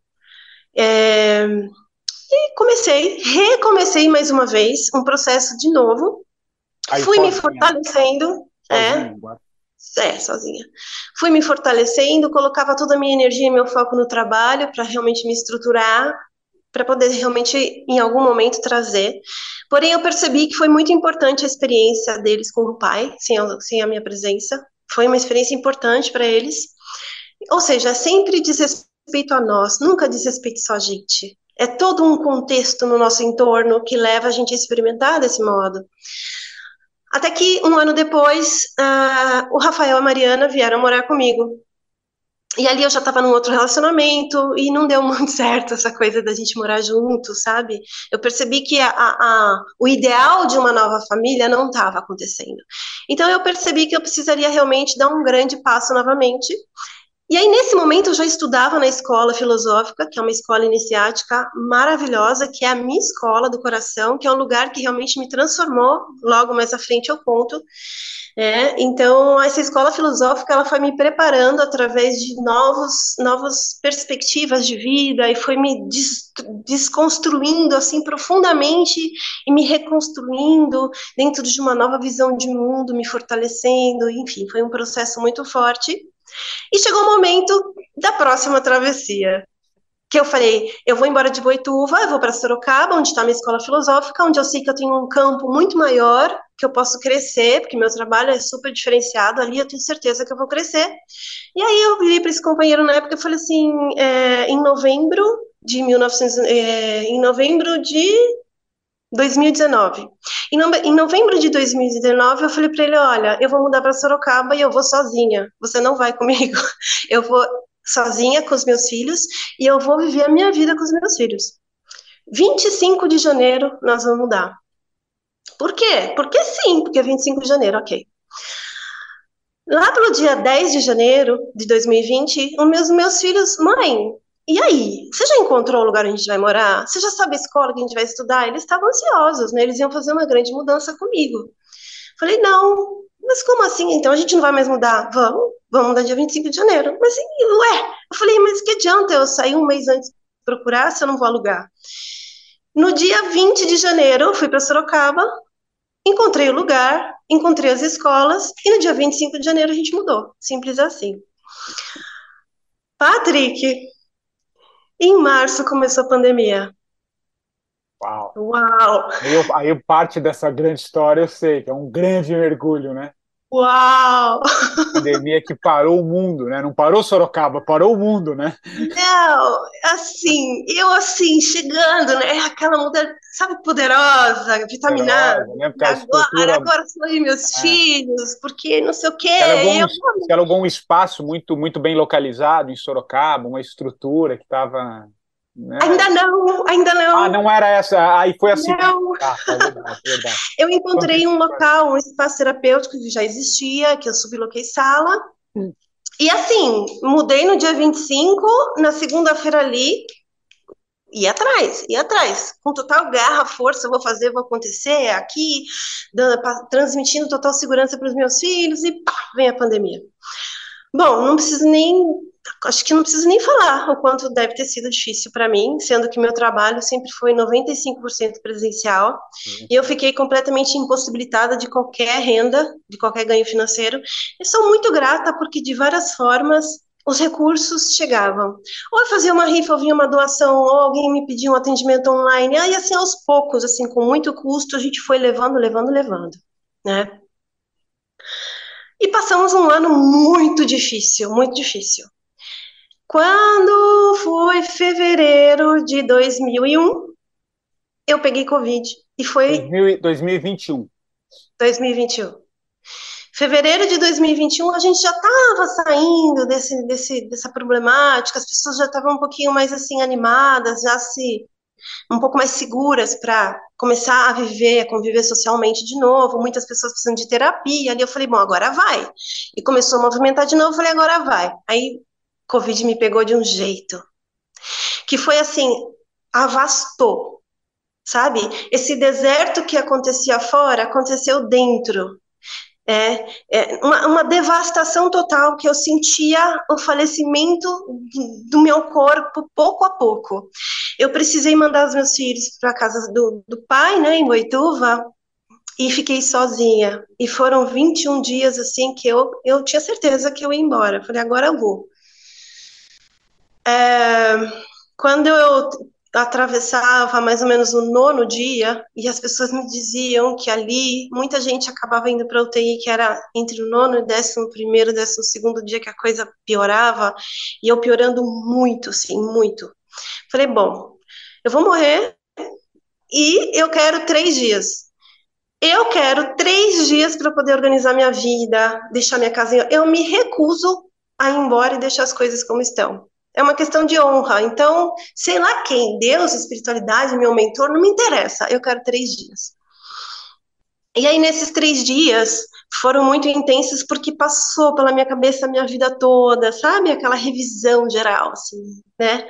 [SPEAKER 3] E recomecei mais uma vez um processo de novo,
[SPEAKER 2] Aí,
[SPEAKER 3] fui me
[SPEAKER 2] sozinha.
[SPEAKER 3] fortalecendo,
[SPEAKER 2] Sozinha agora.
[SPEAKER 3] sozinha. Fui me fortalecendo, colocava toda a minha energia e meu foco no trabalho para realmente me estruturar, para poder realmente, em algum momento, trazer. Porém, eu percebi que foi muito importante a experiência deles com o pai, sem a minha presença. Foi uma experiência importante para eles. Ou seja, sempre diz respeito a nós, nunca diz respeito só a gente. É todo um contexto no nosso entorno que leva a gente a experimentar desse modo. Até que, um ano depois, o Rafael e a Mariana vieram morar comigo. E ali eu já estava num outro relacionamento e não deu muito certo essa coisa da gente morar junto, sabe? Eu percebi que o ideal de uma nova família não estava acontecendo. Então eu percebi que eu precisaria realmente dar um grande passo novamente. E aí, nesse momento, eu já estudava na escola filosófica, que é uma escola iniciática maravilhosa, que é a minha escola do coração, que é um lugar que realmente me transformou, logo mais à frente eu conto. Então, essa escola filosófica, ela foi me preparando através de novas perspectivas de vida, e foi me desconstruindo, assim, profundamente, e me reconstruindo dentro de uma nova visão de mundo, me fortalecendo, enfim, foi um processo muito forte. E chegou o momento da próxima travessia, que eu falei, eu vou embora de Boituva, eu vou para Sorocaba, onde está a minha escola filosófica, onde eu sei que eu tenho um campo muito maior, que eu posso crescer, porque meu trabalho é super diferenciado, ali eu tenho certeza que eu vou crescer. E aí eu virei para esse companheiro na época e falei assim, em novembro de 2019. Em novembro de 2019, eu falei para ele, olha, eu vou mudar para Sorocaba e eu vou sozinha, você não vai comigo, eu vou sozinha com os meus filhos e eu vou viver a minha vida com os meus filhos. 25 de janeiro nós vamos mudar. Por quê? Porque sim, porque é 25 de janeiro, ok. Lá pelo dia 10 de janeiro de 2020, os meus filhos, mãe, e aí? Você já encontrou o lugar onde a gente vai morar? Você já sabe a escola que a gente vai estudar? Eles estavam ansiosos, né? Eles iam fazer uma grande mudança comigo. Falei, não, mas como assim? Então a gente não vai mais mudar? Vamos mudar dia 25 de janeiro. Mas, ué, eu falei, mas que adianta eu sair um mês antes procurar se eu não vou alugar? No dia 20 de janeiro, eu fui para Sorocaba, encontrei o lugar, encontrei as escolas, e no dia 25 de janeiro a gente mudou. Simples assim. Patrick, em março começou a pandemia.
[SPEAKER 2] Uau!
[SPEAKER 3] Uau!
[SPEAKER 2] Aí parte dessa grande história eu sei, que é um grande mergulho, né?
[SPEAKER 3] Uau!
[SPEAKER 2] Pandemia que parou o mundo, né? Não parou Sorocaba, parou o mundo, né?
[SPEAKER 3] Não, assim, eu assim, chegando, né? Aquela mulher, sabe, poderosa, vitaminada.
[SPEAKER 2] Poderosa, né? Porque a
[SPEAKER 3] Agora,
[SPEAKER 2] estrutura.
[SPEAKER 3] agora são aí meus
[SPEAKER 2] É,
[SPEAKER 3] filhos, porque não sei o quê.
[SPEAKER 2] você
[SPEAKER 3] Eu,
[SPEAKER 2] alugou um espaço muito bem localizado em Sorocaba, uma estrutura que estava. Né?
[SPEAKER 3] ainda não, ainda
[SPEAKER 2] Ah,
[SPEAKER 3] não.
[SPEAKER 2] não era essa. Aí foi a segunda.
[SPEAKER 3] Não,
[SPEAKER 2] Tá, verdade, verdade.
[SPEAKER 3] eu
[SPEAKER 2] Conta
[SPEAKER 3] encontrei
[SPEAKER 2] essa
[SPEAKER 3] um
[SPEAKER 2] história.
[SPEAKER 3] local, um espaço terapêutico que já existia, que eu subloquei sala. E assim, mudei no dia 25, na segunda-feira ali, ia atrás, com total garra, força, vou fazer, vou acontecer aqui, transmitindo total segurança para os meus filhos, e pá, vem a pandemia. Bom, não preciso nem, acho que não preciso nem falar o quanto deve ter sido difícil para mim, sendo que meu trabalho sempre foi 95% presencial, e eu fiquei completamente impossibilitada de qualquer renda, de qualquer ganho financeiro. Eu sou muito grata porque de várias formas os recursos chegavam. Ou eu fazia uma rifa, ou vinha uma doação, ou alguém me pedia um atendimento online, aí assim aos poucos, assim, com muito custo, a gente foi levando, né? E passamos um ano muito difícil, muito difícil. Quando foi fevereiro de 2001, eu peguei Covid. E foi
[SPEAKER 2] 2021.
[SPEAKER 3] 2021. Fevereiro de 2021, a gente já estava saindo dessa problemática, as pessoas já estavam um pouquinho mais assim animadas, um pouco mais seguras para começar a viver, a conviver socialmente de novo. Muitas pessoas precisam de terapia. Ali eu falei, bom, agora vai. E começou a movimentar de novo, eu falei, agora vai. Aí, Covid me pegou de um jeito que foi assim, avastou, sabe? Esse deserto que acontecia fora, aconteceu dentro. Uma devastação total que eu sentia o falecimento do meu corpo pouco a pouco. Eu precisei mandar os meus filhos para a casa do pai, né, em Boituva, e fiquei sozinha. E foram 21 dias assim que eu tinha certeza que eu ia embora. Eu falei, agora eu vou. É, quando eu atravessava mais ou menos o nono dia, e as pessoas me diziam que ali muita gente acabava indo para a UTI, que era entre o nono e 11º, 12º dia que a coisa piorava, e eu piorando muito, assim, muito. Falei, bom, eu vou morrer e eu quero 3 dias. Eu quero 3 dias para poder organizar minha vida, deixar minha casinha. Eu me recuso a ir embora e deixar as coisas como estão. É uma questão de honra. Então, sei lá quem, Deus, espiritualidade, meu mentor, não me interessa. Eu quero 3 dias. E aí, nesses 3 dias, foram muito intensos porque passou pela minha cabeça a minha vida toda, sabe? Aquela revisão geral, assim, né?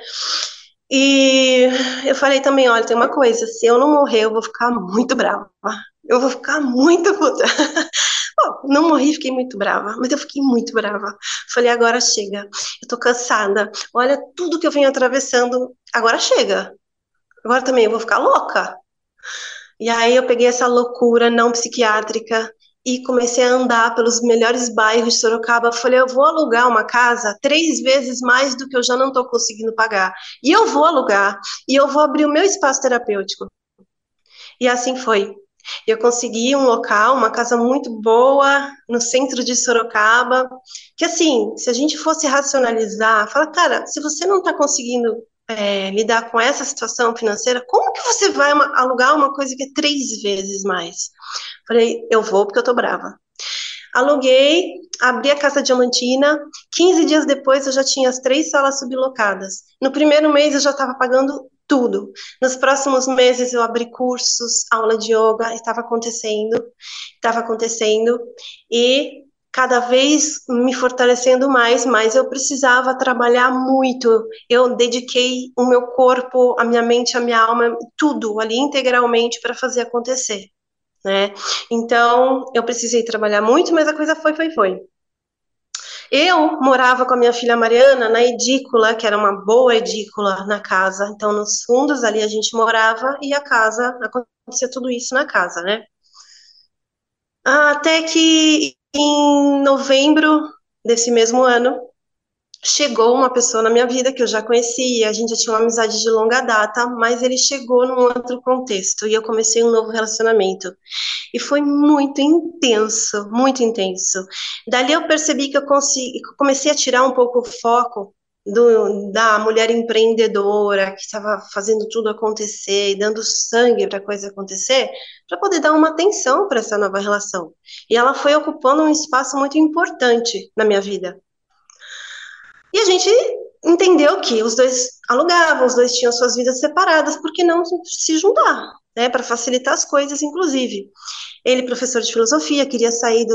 [SPEAKER 3] E eu falei também, olha, tem uma coisa, se eu não morrer, eu vou ficar muito brava. Eu vou ficar muito puta. Bom, não morri, fiquei muito brava, mas eu fiquei muito brava. Falei, agora chega. Eu tô cansada. Olha tudo que eu venho atravessando. Agora chega. Agora também eu vou ficar louca. E aí eu peguei essa loucura não psiquiátrica e comecei a andar pelos melhores bairros de Sorocaba. Falei, eu vou alugar uma casa 3 vezes mais do que eu já não estou conseguindo pagar. E eu vou alugar. E eu vou abrir o meu espaço terapêutico. E assim foi. Eu consegui um local, uma casa muito boa, no centro de Sorocaba, que assim, se a gente fosse racionalizar, fala, cara, se você não está conseguindo lidar com essa situação financeira, como que você vai alugar uma coisa que é 3 vezes mais? Falei, eu vou porque eu tô brava. Aluguei, abri a Casa Diamantina, 15 dias depois eu já tinha as 3 salas sublocadas. No primeiro mês eu já estava pagando tudo. Nos próximos meses eu abri cursos, aula de yoga, estava acontecendo, e cada vez me fortalecendo mais, mas eu precisava trabalhar muito. Eu dediquei o meu corpo, a minha mente, a minha alma, tudo ali integralmente para fazer acontecer, né? Então, eu precisei trabalhar muito, mas a coisa foi. Eu morava com a minha filha Mariana na edícula, que era uma boa edícula na casa. Então, nos fundos ali a gente morava e a casa, acontecia tudo isso na casa, né? Até que em novembro desse mesmo ano, chegou uma pessoa na minha vida que eu já conhecia, a gente já tinha uma amizade de longa data, mas ele chegou num outro contexto e eu comecei um novo relacionamento. E foi muito intenso, muito intenso. Dali eu percebi que eu comecei a tirar um pouco o foco da mulher empreendedora que estava fazendo tudo acontecer e dando sangue para a coisa acontecer, para poder dar uma atenção para essa nova relação. E ela foi ocupando um espaço muito importante na minha vida. E a gente entendeu que os dois alugavam, os dois tinham suas vidas separadas, por que não se juntar, né, para facilitar as coisas, inclusive. Ele, professor de filosofia, queria sair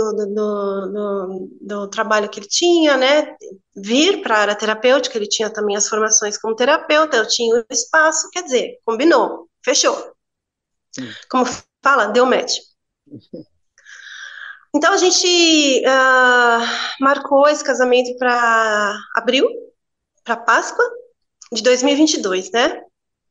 [SPEAKER 3] do trabalho que ele tinha, né, vir para a área terapêutica, ele tinha também as formações como terapeuta, eu tinha o espaço, quer dizer, combinou, fechou. Como fala, deu match. Então a gente marcou esse casamento para abril, para Páscoa de 2022, né?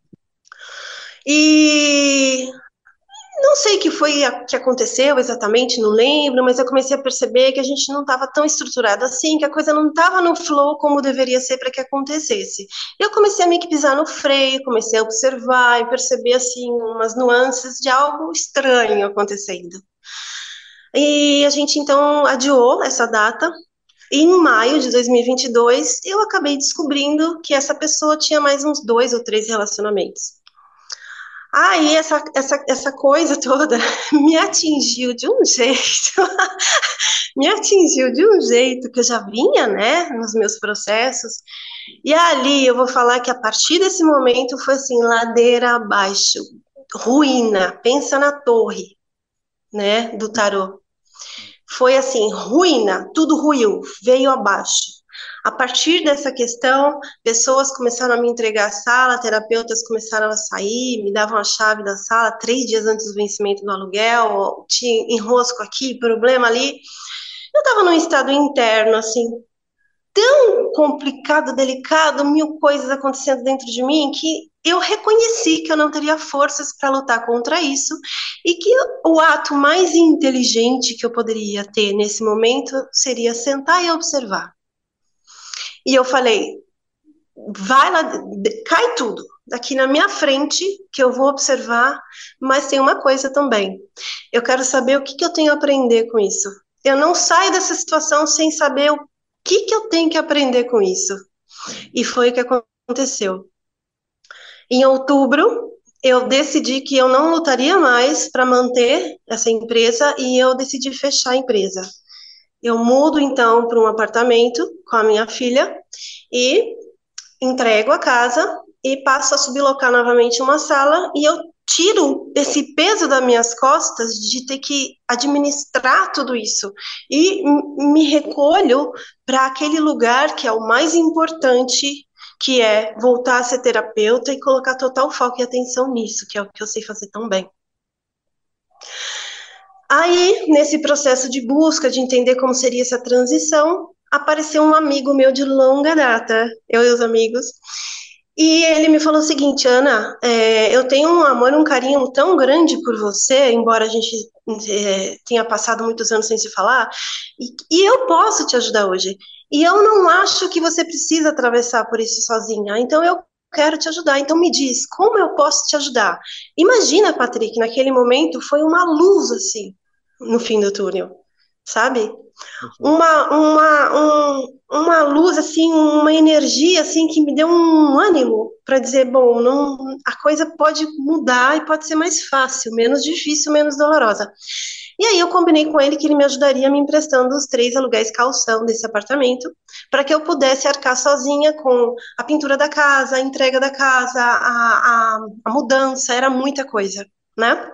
[SPEAKER 3] E não sei o que foi que aconteceu exatamente, não lembro, mas eu comecei a perceber que a gente não estava tão estruturado assim, que a coisa não estava no flow como deveria ser para que acontecesse. Eu comecei a meio que pisar no freio, comecei a observar e perceber assim umas nuances de algo estranho acontecendo. E a gente então adiou essa data. E em maio de 2022, eu acabei descobrindo que essa pessoa tinha mais uns 2 ou 3 relacionamentos. Aí essa coisa toda me atingiu de um jeito, me atingiu de um jeito que eu já vinha, né, nos meus processos. E ali eu vou falar que a partir desse momento foi assim, ladeira abaixo, ruína, pensa na torre, né, do tarô. Foi assim, ruína, tudo ruiu, veio abaixo. A partir dessa questão, pessoas começaram a me entregar a sala, terapeutas começaram a sair, me davam a chave da sala 3 dias antes do vencimento do aluguel, tinha enrosco aqui, problema ali. Eu estava num estado interno, assim, tão complicado, delicado, mil coisas acontecendo dentro de mim, que eu reconheci que eu não teria forças para lutar contra isso e que o ato mais inteligente que eu poderia ter nesse momento seria sentar e observar. E eu falei, vai lá, cai tudo aqui na minha frente que eu vou observar, mas tem uma coisa também. Eu quero saber o que eu tenho a aprender com isso. Eu não saio dessa situação sem saber o que eu tenho que aprender com isso. E foi o que aconteceu. Em outubro, eu decidi que eu não lutaria mais para manter essa empresa e eu decidi fechar a empresa. Eu mudo, então, para um apartamento com a minha filha e entrego a casa e passo a sublocar novamente uma sala e eu tiro esse peso das minhas costas de ter que administrar tudo isso e me recolho para aquele lugar que é o mais importante, que é voltar a ser terapeuta e colocar total foco e atenção nisso, que é o que eu sei fazer tão bem. Aí, nesse processo de busca, de entender como seria essa transição, apareceu um amigo meu de longa data, eu e os amigos, e ele me falou o seguinte, Ana, eu tenho um amor, um carinho tão grande por você, embora a gente tenha passado muitos anos sem se falar, e eu posso te ajudar hoje. E eu não acho que você precisa atravessar por isso sozinha, então eu quero te ajudar. Então me diz, como eu posso te ajudar? Imagina, Patrick, naquele momento foi uma luz, assim, no fim do túnel, sabe? Uma luz, assim, uma energia, assim, que me deu um ânimo para dizer, bom, não, a coisa pode mudar e pode ser mais fácil, menos difícil, menos dolorosa. E aí eu combinei com ele que ele me ajudaria me emprestando os 3 aluguéis calção desse apartamento, para que eu pudesse arcar sozinha com a pintura da casa, a entrega da casa, a mudança, era muita coisa, né?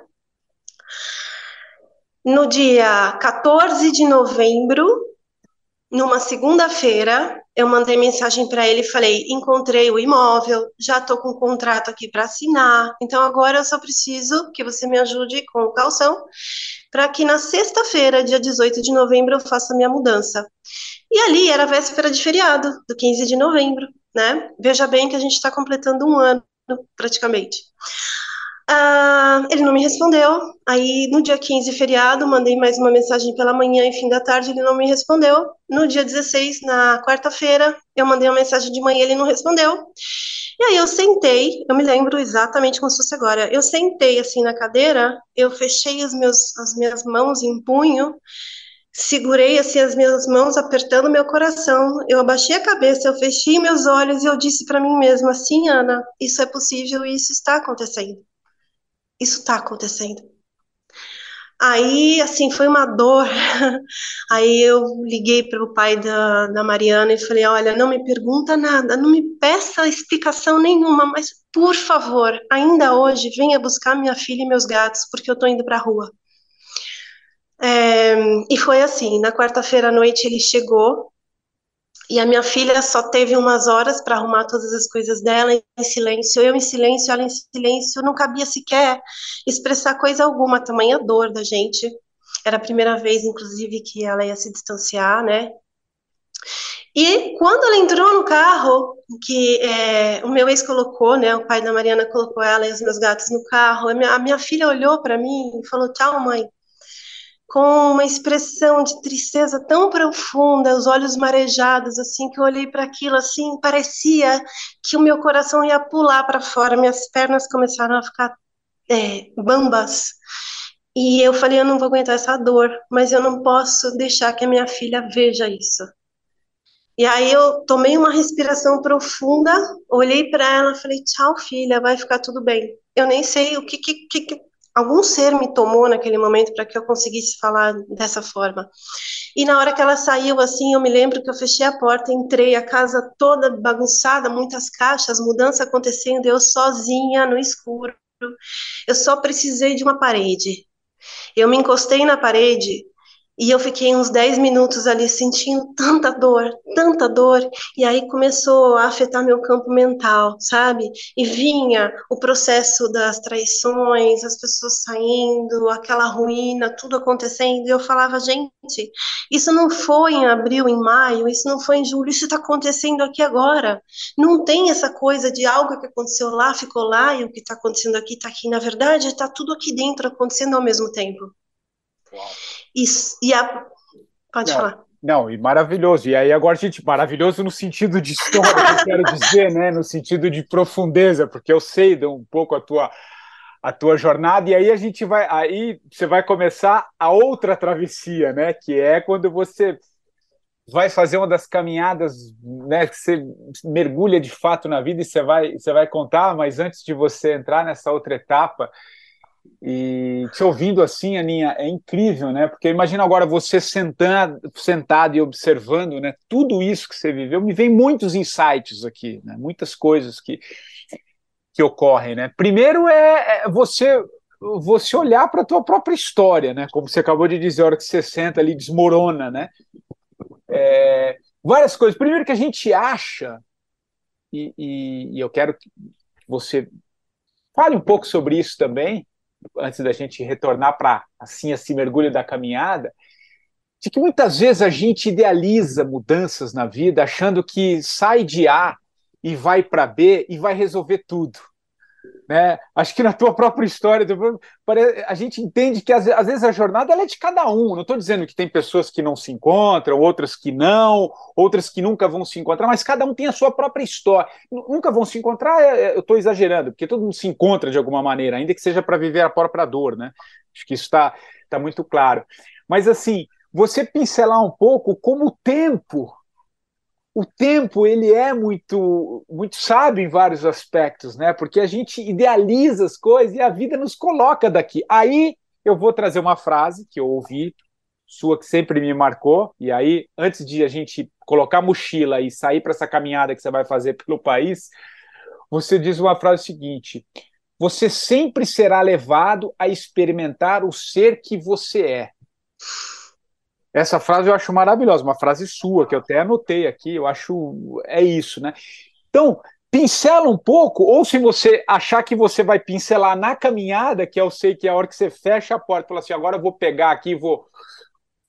[SPEAKER 3] No dia 14 de novembro, numa segunda-feira, eu mandei mensagem para ele e falei, encontrei o imóvel, já estou com o contrato aqui para assinar, então agora eu só preciso que você me ajude com o calção, para que na sexta-feira, dia 18 de novembro, eu faça a minha mudança. E ali era a véspera de feriado, do 15 de novembro, né? Veja bem que a gente está completando um ano, praticamente. Ele não me respondeu. Aí, no dia 15, feriado, mandei mais uma mensagem pela manhã e fim da tarde, ele não me respondeu. No dia 16, na quarta-feira, eu mandei uma mensagem de manhã, ele não respondeu. E aí eu sentei, eu me lembro exatamente como se fosse agora. Eu sentei assim na cadeira, eu fechei as minhas mãos em punho, segurei assim as minhas mãos apertando meu coração. Eu abaixei a cabeça, eu fechei meus olhos e eu disse para mim mesma assim, Ana, isso é possível e isso está acontecendo. Isso está acontecendo. Aí, assim, foi uma dor. Aí eu liguei para o pai da Mariana e falei: olha, não me pergunta nada, não me peça explicação nenhuma, mas por favor, ainda hoje, venha buscar minha filha e meus gatos, porque eu estou indo para a rua. E foi assim: na quarta-feira à noite ele chegou. E a minha filha só teve umas horas para arrumar todas as coisas dela em silêncio, eu em silêncio, ela em silêncio, não cabia sequer expressar coisa alguma, a tamanha dor da gente. Era a primeira vez, inclusive, que ela ia se distanciar, né? E quando ela entrou no carro, que o meu ex colocou, né? O pai da Mariana colocou ela e os meus gatos no carro, a minha filha olhou para mim e falou: tchau, mãe, com uma expressão de tristeza tão profunda, os olhos marejados, assim, que eu olhei para aquilo, assim, parecia que o meu coração ia pular para fora, minhas pernas começaram a ficar bambas. E eu falei, eu não vou aguentar essa dor, mas eu não posso deixar que a minha filha veja isso. E aí eu tomei uma respiração profunda, olhei para ela e falei, tchau, filha, vai ficar tudo bem. Eu nem sei o que algum ser me tomou naquele momento para que eu conseguisse falar dessa forma. E na hora que ela saiu, assim, eu me lembro que eu fechei a porta, entrei, a casa toda bagunçada, muitas caixas, mudança acontecendo, eu sozinha no escuro. Eu só precisei de uma parede. Eu me encostei na parede e eu fiquei uns 10 minutos ali sentindo tanta dor, e aí começou a afetar meu campo mental, sabe? E vinha o processo das traições, as pessoas saindo, aquela ruína, tudo acontecendo, e eu falava, gente, isso não foi em abril, em maio, isso não foi em julho, isso está acontecendo aqui agora. Não tem essa coisa de algo que aconteceu lá, ficou lá, e o que está acontecendo aqui está aqui. Na verdade, está tudo aqui dentro acontecendo ao mesmo tempo.
[SPEAKER 2] Uau.
[SPEAKER 3] Isso, pode
[SPEAKER 2] Não,
[SPEAKER 3] falar.
[SPEAKER 2] não, e maravilhoso. E aí agora, gente, maravilhoso no sentido de história, que eu quero dizer, né? No sentido de profundeza, porque eu sei de um pouco a tua jornada, e aí aí você vai começar a outra travessia, né? Que é quando você vai fazer uma das caminhadas, né? Que você mergulha de fato na vida e você vai contar, mas antes de você entrar nessa outra etapa. E te ouvindo assim, Aninha, é incrível, né? Porque imagina agora você sentado e observando, né? Tudo isso que você viveu, me vem muitos insights aqui, né? Muitas coisas que ocorrem, né? Primeiro é você olhar para a tua própria história, né? Como você acabou de dizer, a hora que você senta ali, desmorona, né? Várias coisas. Primeiro que a gente acha, e eu quero que você fale um pouco sobre isso também, antes da gente retornar para assim esse mergulho da caminhada, de que muitas vezes a gente idealiza mudanças na vida achando que sai de A e vai para B e vai resolver tudo. Né? Acho que na tua própria história a gente entende que às vezes a jornada ela é de cada um. Não estou dizendo que tem pessoas que não se encontram, outras que não, outras que nunca vão se encontrar, mas cada um tem a sua própria história. Nunca vão se encontrar, eu estou exagerando, porque todo mundo se encontra de alguma maneira, ainda que seja para viver a própria dor, né? Acho que isso está muito claro. Mas assim, você pincelar um pouco como o tempo ele é muito muito sábio em vários aspectos, né? Porque a gente idealiza as coisas e a vida nos coloca daqui. Aí eu vou trazer uma frase que eu ouvi sua que sempre me marcou, e aí antes de a gente colocar a mochila e sair para essa caminhada que você vai fazer pelo país, você diz uma frase seguinte: você sempre será levado a experimentar o ser que você é. Essa frase eu acho maravilhosa, uma frase sua, que eu até anotei aqui, eu acho, é isso, né? Então, pincela um pouco, ou se você achar que você vai pincelar na caminhada, que eu sei que é a hora que você fecha a porta, fala assim, agora eu vou pegar aqui, vou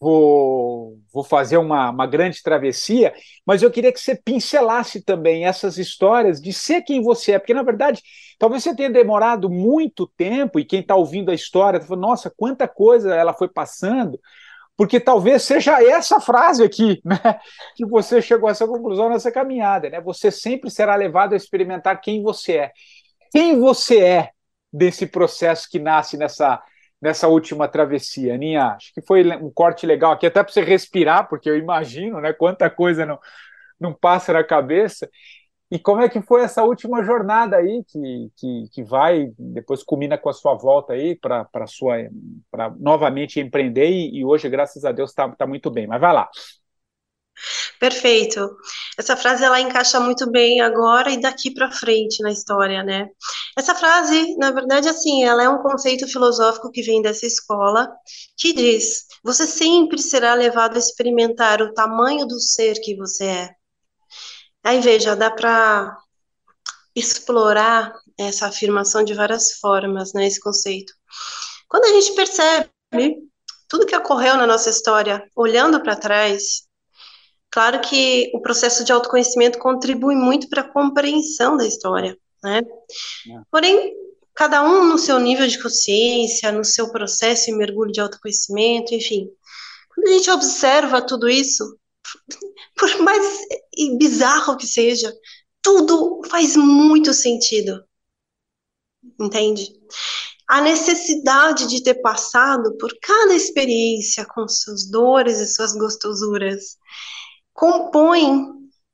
[SPEAKER 2] vou fazer uma grande travessia, mas eu queria que você pincelasse também essas histórias de ser quem você é, porque na verdade, talvez você tenha demorado muito tempo, e quem está ouvindo a história está falando, nossa, quanta coisa ela foi passando, porque talvez seja essa frase aqui, né, que você chegou a essa conclusão nessa caminhada, né? Você sempre será levado a experimentar quem você é. Quem você é desse processo que nasce nessa última travessia, Aninha? Acho que foi um corte legal aqui, até para você respirar, porque eu imagino, né, quanta coisa não passa na cabeça. E como é que foi essa última jornada aí que vai, depois culmina com a sua volta aí para novamente empreender e hoje, graças a Deus, tá muito bem. Mas vai lá.
[SPEAKER 3] Perfeito. Essa frase ela encaixa muito bem agora e daqui para frente na história, né? Essa frase, na verdade, assim, ela é um conceito filosófico que vem dessa escola, que diz: você sempre será levado a experimentar o tamanho do ser que você é. Aí veja, dá para explorar essa afirmação de várias formas, né? Esse conceito. Quando a gente percebe tudo que ocorreu na nossa história, olhando para trás, claro que o processo de autoconhecimento contribui muito para a compreensão da história, né? Porém, cada um no seu nível de consciência, no seu processo e mergulho de autoconhecimento, enfim. Quando a gente observa tudo isso, por mais bizarro que seja, tudo faz muito sentido, entende? A necessidade de ter passado por cada experiência com suas dores e suas gostosuras compõe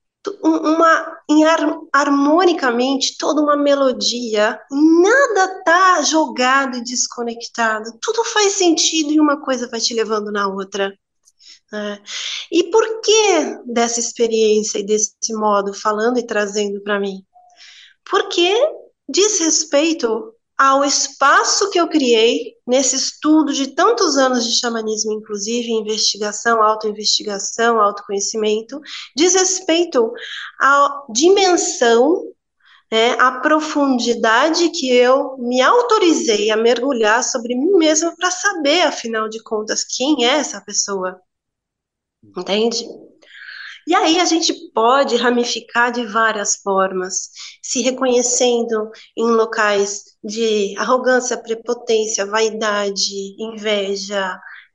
[SPEAKER 3] harmonicamente toda uma melodia, nada tá jogado e desconectado, tudo faz sentido e uma coisa vai te levando na outra. Né? E por que dessa experiência e desse modo, falando e trazendo para mim? Porque diz respeito ao espaço que eu criei nesse estudo de tantos anos de xamanismo, inclusive investigação, autoinvestigação, autoconhecimento, diz respeito à dimensão, né, à profundidade que eu me autorizei a mergulhar sobre mim mesma para saber, afinal de contas, quem é essa pessoa. Entende? E aí a gente pode ramificar de várias formas, se reconhecendo em locais de arrogância, prepotência, vaidade, inveja,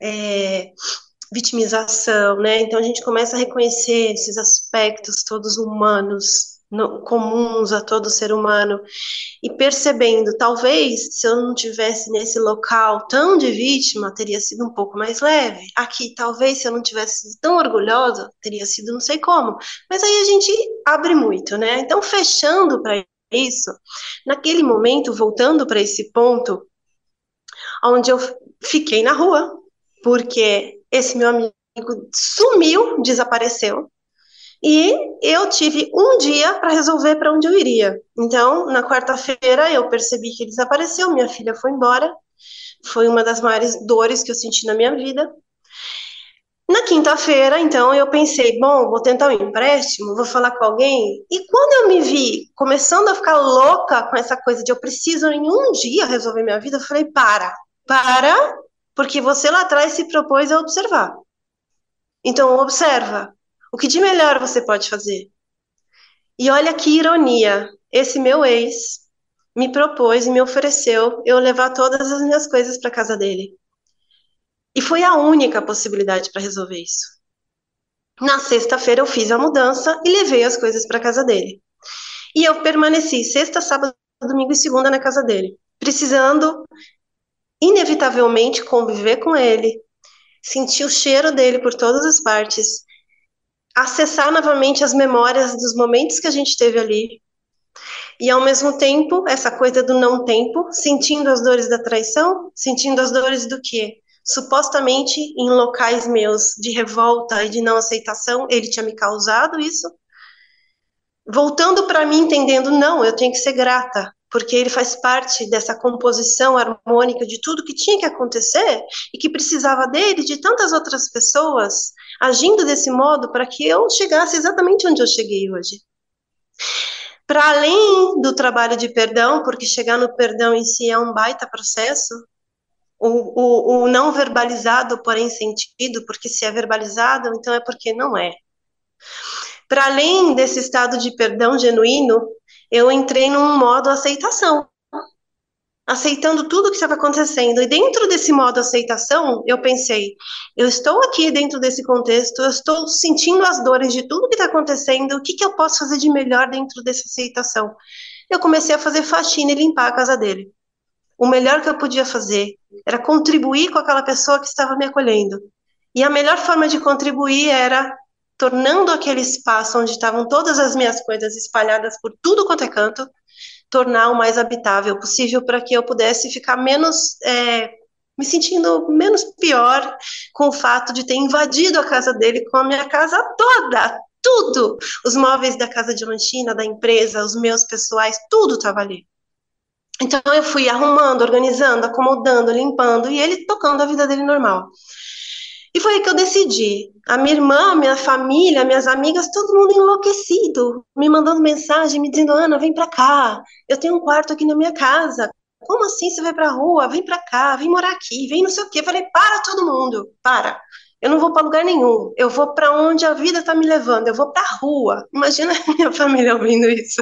[SPEAKER 3] vitimização, né? Então a gente começa a reconhecer esses aspectos todos humanos, comuns a todo ser humano, e percebendo, talvez, se eu não tivesse nesse local tão de vítima, teria sido um pouco mais leve. Aqui, talvez, se eu não tivesse sido tão orgulhosa, teria sido não sei como. Mas aí a gente abre muito, né? Então, fechando para isso, naquele momento, voltando para esse ponto, onde eu fiquei na rua, porque esse meu amigo sumiu, desapareceu, e eu tive um dia para resolver para onde eu iria. Então, na quarta-feira, eu percebi que ele desapareceu, minha filha foi embora. Foi uma das maiores dores que eu senti na minha vida. Na quinta-feira, então, eu pensei, bom, vou tentar um empréstimo, vou falar com alguém. E quando eu me vi começando a ficar louca com essa coisa de eu preciso em um dia resolver minha vida, eu falei, para, porque você lá atrás se propôs a observar. Então, observa. O que de melhor você pode fazer? E olha que ironia, esse meu ex me propôs e me ofereceu eu levar todas as minhas coisas para casa dele. E foi a única possibilidade para resolver isso. Na sexta-feira eu fiz a mudança e levei as coisas para casa dele. E eu permaneci sexta, sábado, domingo e segunda na casa dele, precisando inevitavelmente conviver com ele, sentir o cheiro dele por todas as partes, acessar novamente as memórias dos momentos que a gente teve ali, e ao mesmo tempo, essa coisa do não tempo, sentindo as dores da traição, sentindo as dores do quê? Supostamente em locais meus de revolta e de não aceitação, ele tinha me causado isso. Voltando para mim, entendendo, não, eu tenho que ser grata, porque ele faz parte dessa composição harmônica de tudo que tinha que acontecer e que precisava dele, de tantas outras pessoas, agindo desse modo para que eu chegasse exatamente onde eu cheguei hoje. Para além do trabalho de perdão, porque chegar no perdão em si é um baita processo, o não verbalizado, porém sentido, porque se é verbalizado, então é porque não é. Para além desse estado de perdão genuíno, eu entrei num modo aceitação, aceitando tudo que estava acontecendo. E dentro desse modo aceitação, eu pensei, eu estou aqui dentro desse contexto, eu estou sentindo as dores de tudo que está acontecendo, o que eu posso fazer de melhor dentro dessa aceitação? Eu comecei a fazer faxina e limpar a casa dele. O melhor que eu podia fazer era contribuir com aquela pessoa que estava me acolhendo. E a melhor forma de contribuir era tornando aquele espaço onde estavam todas as minhas coisas espalhadas por tudo quanto é canto, tornar o mais habitável possível para que eu pudesse ficar menos, me sentindo menos pior com o fato de ter invadido a casa dele com a minha casa toda, tudo, os móveis da casa de lanchina, da empresa, os meus pessoais, tudo estava ali. Então eu fui arrumando, organizando, acomodando, limpando e ele tocando a vida dele normal. E foi aí que eu decidi. A minha irmã, minha família, minhas amigas, todo mundo enlouquecido, me mandando mensagem, me dizendo: Ana, vem pra cá, eu tenho um quarto aqui na minha casa. Como assim você vai pra rua? Vem pra cá, vem morar aqui, vem não sei o quê. Eu falei: para todo mundo, para. Eu não vou para lugar nenhum. Eu vou para onde a vida tá me levando. Eu vou pra rua. Imagina a minha família ouvindo isso.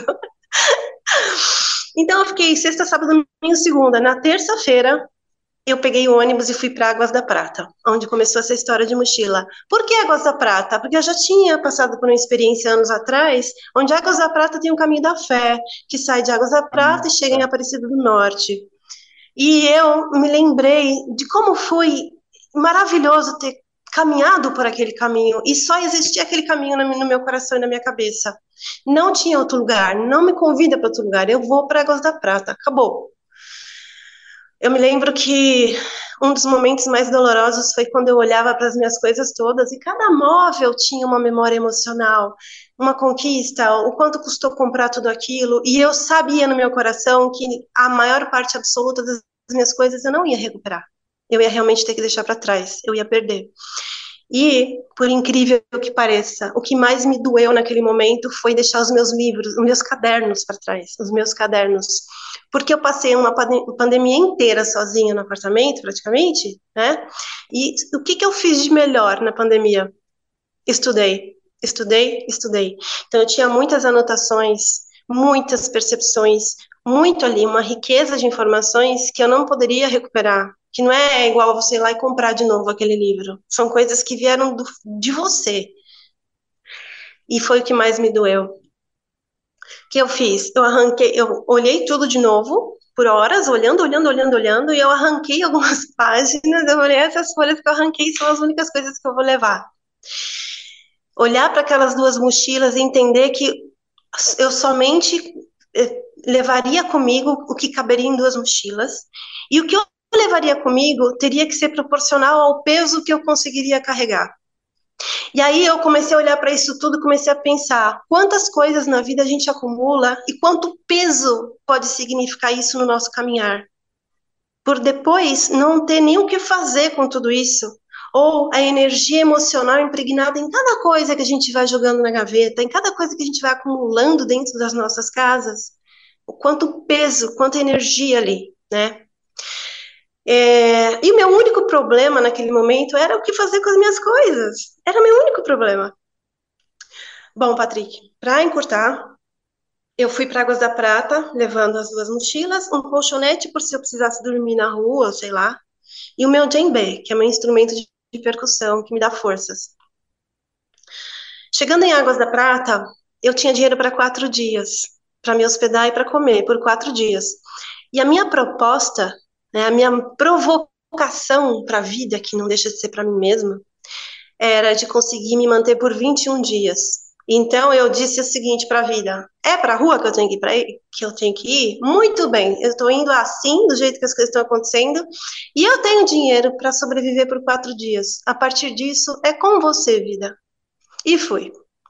[SPEAKER 3] Então eu fiquei sexta, sábado, domingo, segunda. Na terça-feira, eu peguei o ônibus e fui para Águas da Prata, onde começou essa história de mochila. Por que Águas da Prata? Porque eu já tinha passado por uma experiência anos atrás, onde Águas da Prata tem o Caminho da Fé, que sai de Águas da Prata e chega em Aparecida do Norte. E eu me lembrei de como foi maravilhoso ter caminhado por aquele caminho, e só existia aquele caminho no meu coração e na minha cabeça. Não tinha outro lugar, não me convida para outro lugar, eu vou para Águas da Prata, acabou. Eu me lembro que um dos momentos mais dolorosos foi quando eu olhava para as minhas coisas todas e cada móvel tinha uma memória emocional, uma conquista, o quanto custou comprar tudo aquilo, e eu sabia no meu coração que a maior parte absoluta das minhas coisas eu não ia recuperar. Eu ia realmente ter que deixar para trás, eu ia perder. E, por incrível que pareça, o que mais me doeu naquele momento foi deixar os meus livros, os meus cadernos para trás, os meus cadernos. Porque eu passei uma pandemia inteira sozinha no apartamento, praticamente, né? E o que eu fiz de melhor na pandemia? Estudei, estudei, estudei. Então, eu tinha muitas anotações, muitas percepções, muito ali, uma riqueza de informações que eu não poderia recuperar, que não é igual você ir lá e comprar de novo aquele livro. São coisas que vieram de você. E foi o que mais me doeu. O que eu fiz? Eu olhei tudo de novo, por horas, olhando, e eu arranquei algumas páginas, eu olhei essas folhas que eu arranquei, são as únicas coisas que eu vou levar. Olhar para aquelas duas mochilas e entender que eu somente levaria comigo o que caberia em duas mochilas, e o que eu levaria comigo teria que ser proporcional ao peso que eu conseguiria carregar. E aí eu comecei a olhar para isso tudo, comecei a pensar quantas coisas na vida a gente acumula e quanto peso pode significar isso no nosso caminhar. Por depois não ter nem o que fazer com tudo isso, ou a energia emocional impregnada em cada coisa que a gente vai jogando na gaveta, em cada coisa que a gente vai acumulando dentro das nossas casas, o quanto peso, quanta energia ali, né? E o meu único problema naquele momento era o que fazer com as minhas coisas. Era o meu único problema. Bom, Patrick, para encurtar, eu fui para Águas da Prata, levando as duas mochilas, um colchonete por se eu precisasse dormir na rua, sei lá, e o meu djembe, que é meu instrumento de percussão, que me dá forças. Chegando em Águas da Prata, eu tinha dinheiro para 4 dias, para me hospedar e para comer, por 4 dias. E a minha proposta, né, a minha provocação para a vida, que não deixa de ser para mim mesma, era de conseguir me manter por 21 dias. Então eu disse o seguinte para a vida: é para a rua que eu tenho que ir? Muito bem, eu estou indo assim, do jeito que as coisas estão acontecendo, e eu tenho dinheiro para sobreviver por 4 dias. A partir disso, é com você, vida. E fui.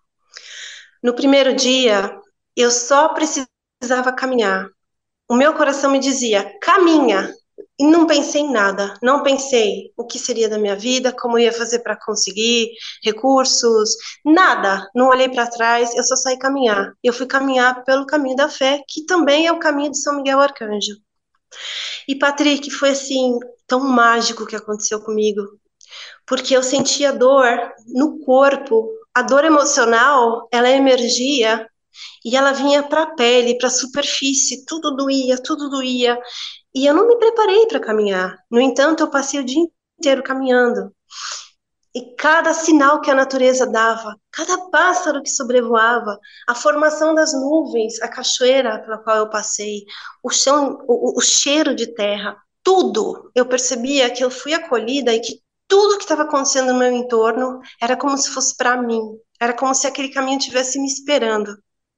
[SPEAKER 3] No primeiro dia, eu só precisava caminhar. O meu coração me dizia: caminha. E não pensei em nada, não pensei o que seria da minha vida, como eu ia fazer para conseguir recursos, nada, não olhei para trás, eu só saí caminhar. Eu fui caminhar pelo caminho da fé, que também é o caminho de São Miguel Arcanjo. E, Patrick, foi assim, tão mágico que aconteceu comigo, porque eu sentia dor no corpo. A dor emocional, ela emergia e ela vinha para a pele, para a superfície, tudo doía, tudo doía. E eu não me preparei para caminhar. No entanto, eu passei o dia inteiro caminhando. E cada sinal que a natureza dava, cada pássaro que sobrevoava, a formação das nuvens, a cachoeira pela qual eu passei, o chão, o cheiro de terra, tudo, eu percebia que eu fui acolhida e que tudo que estava acontecendo no meu entorno era como se fosse para mim, era como se aquele caminho estivesse me esperando.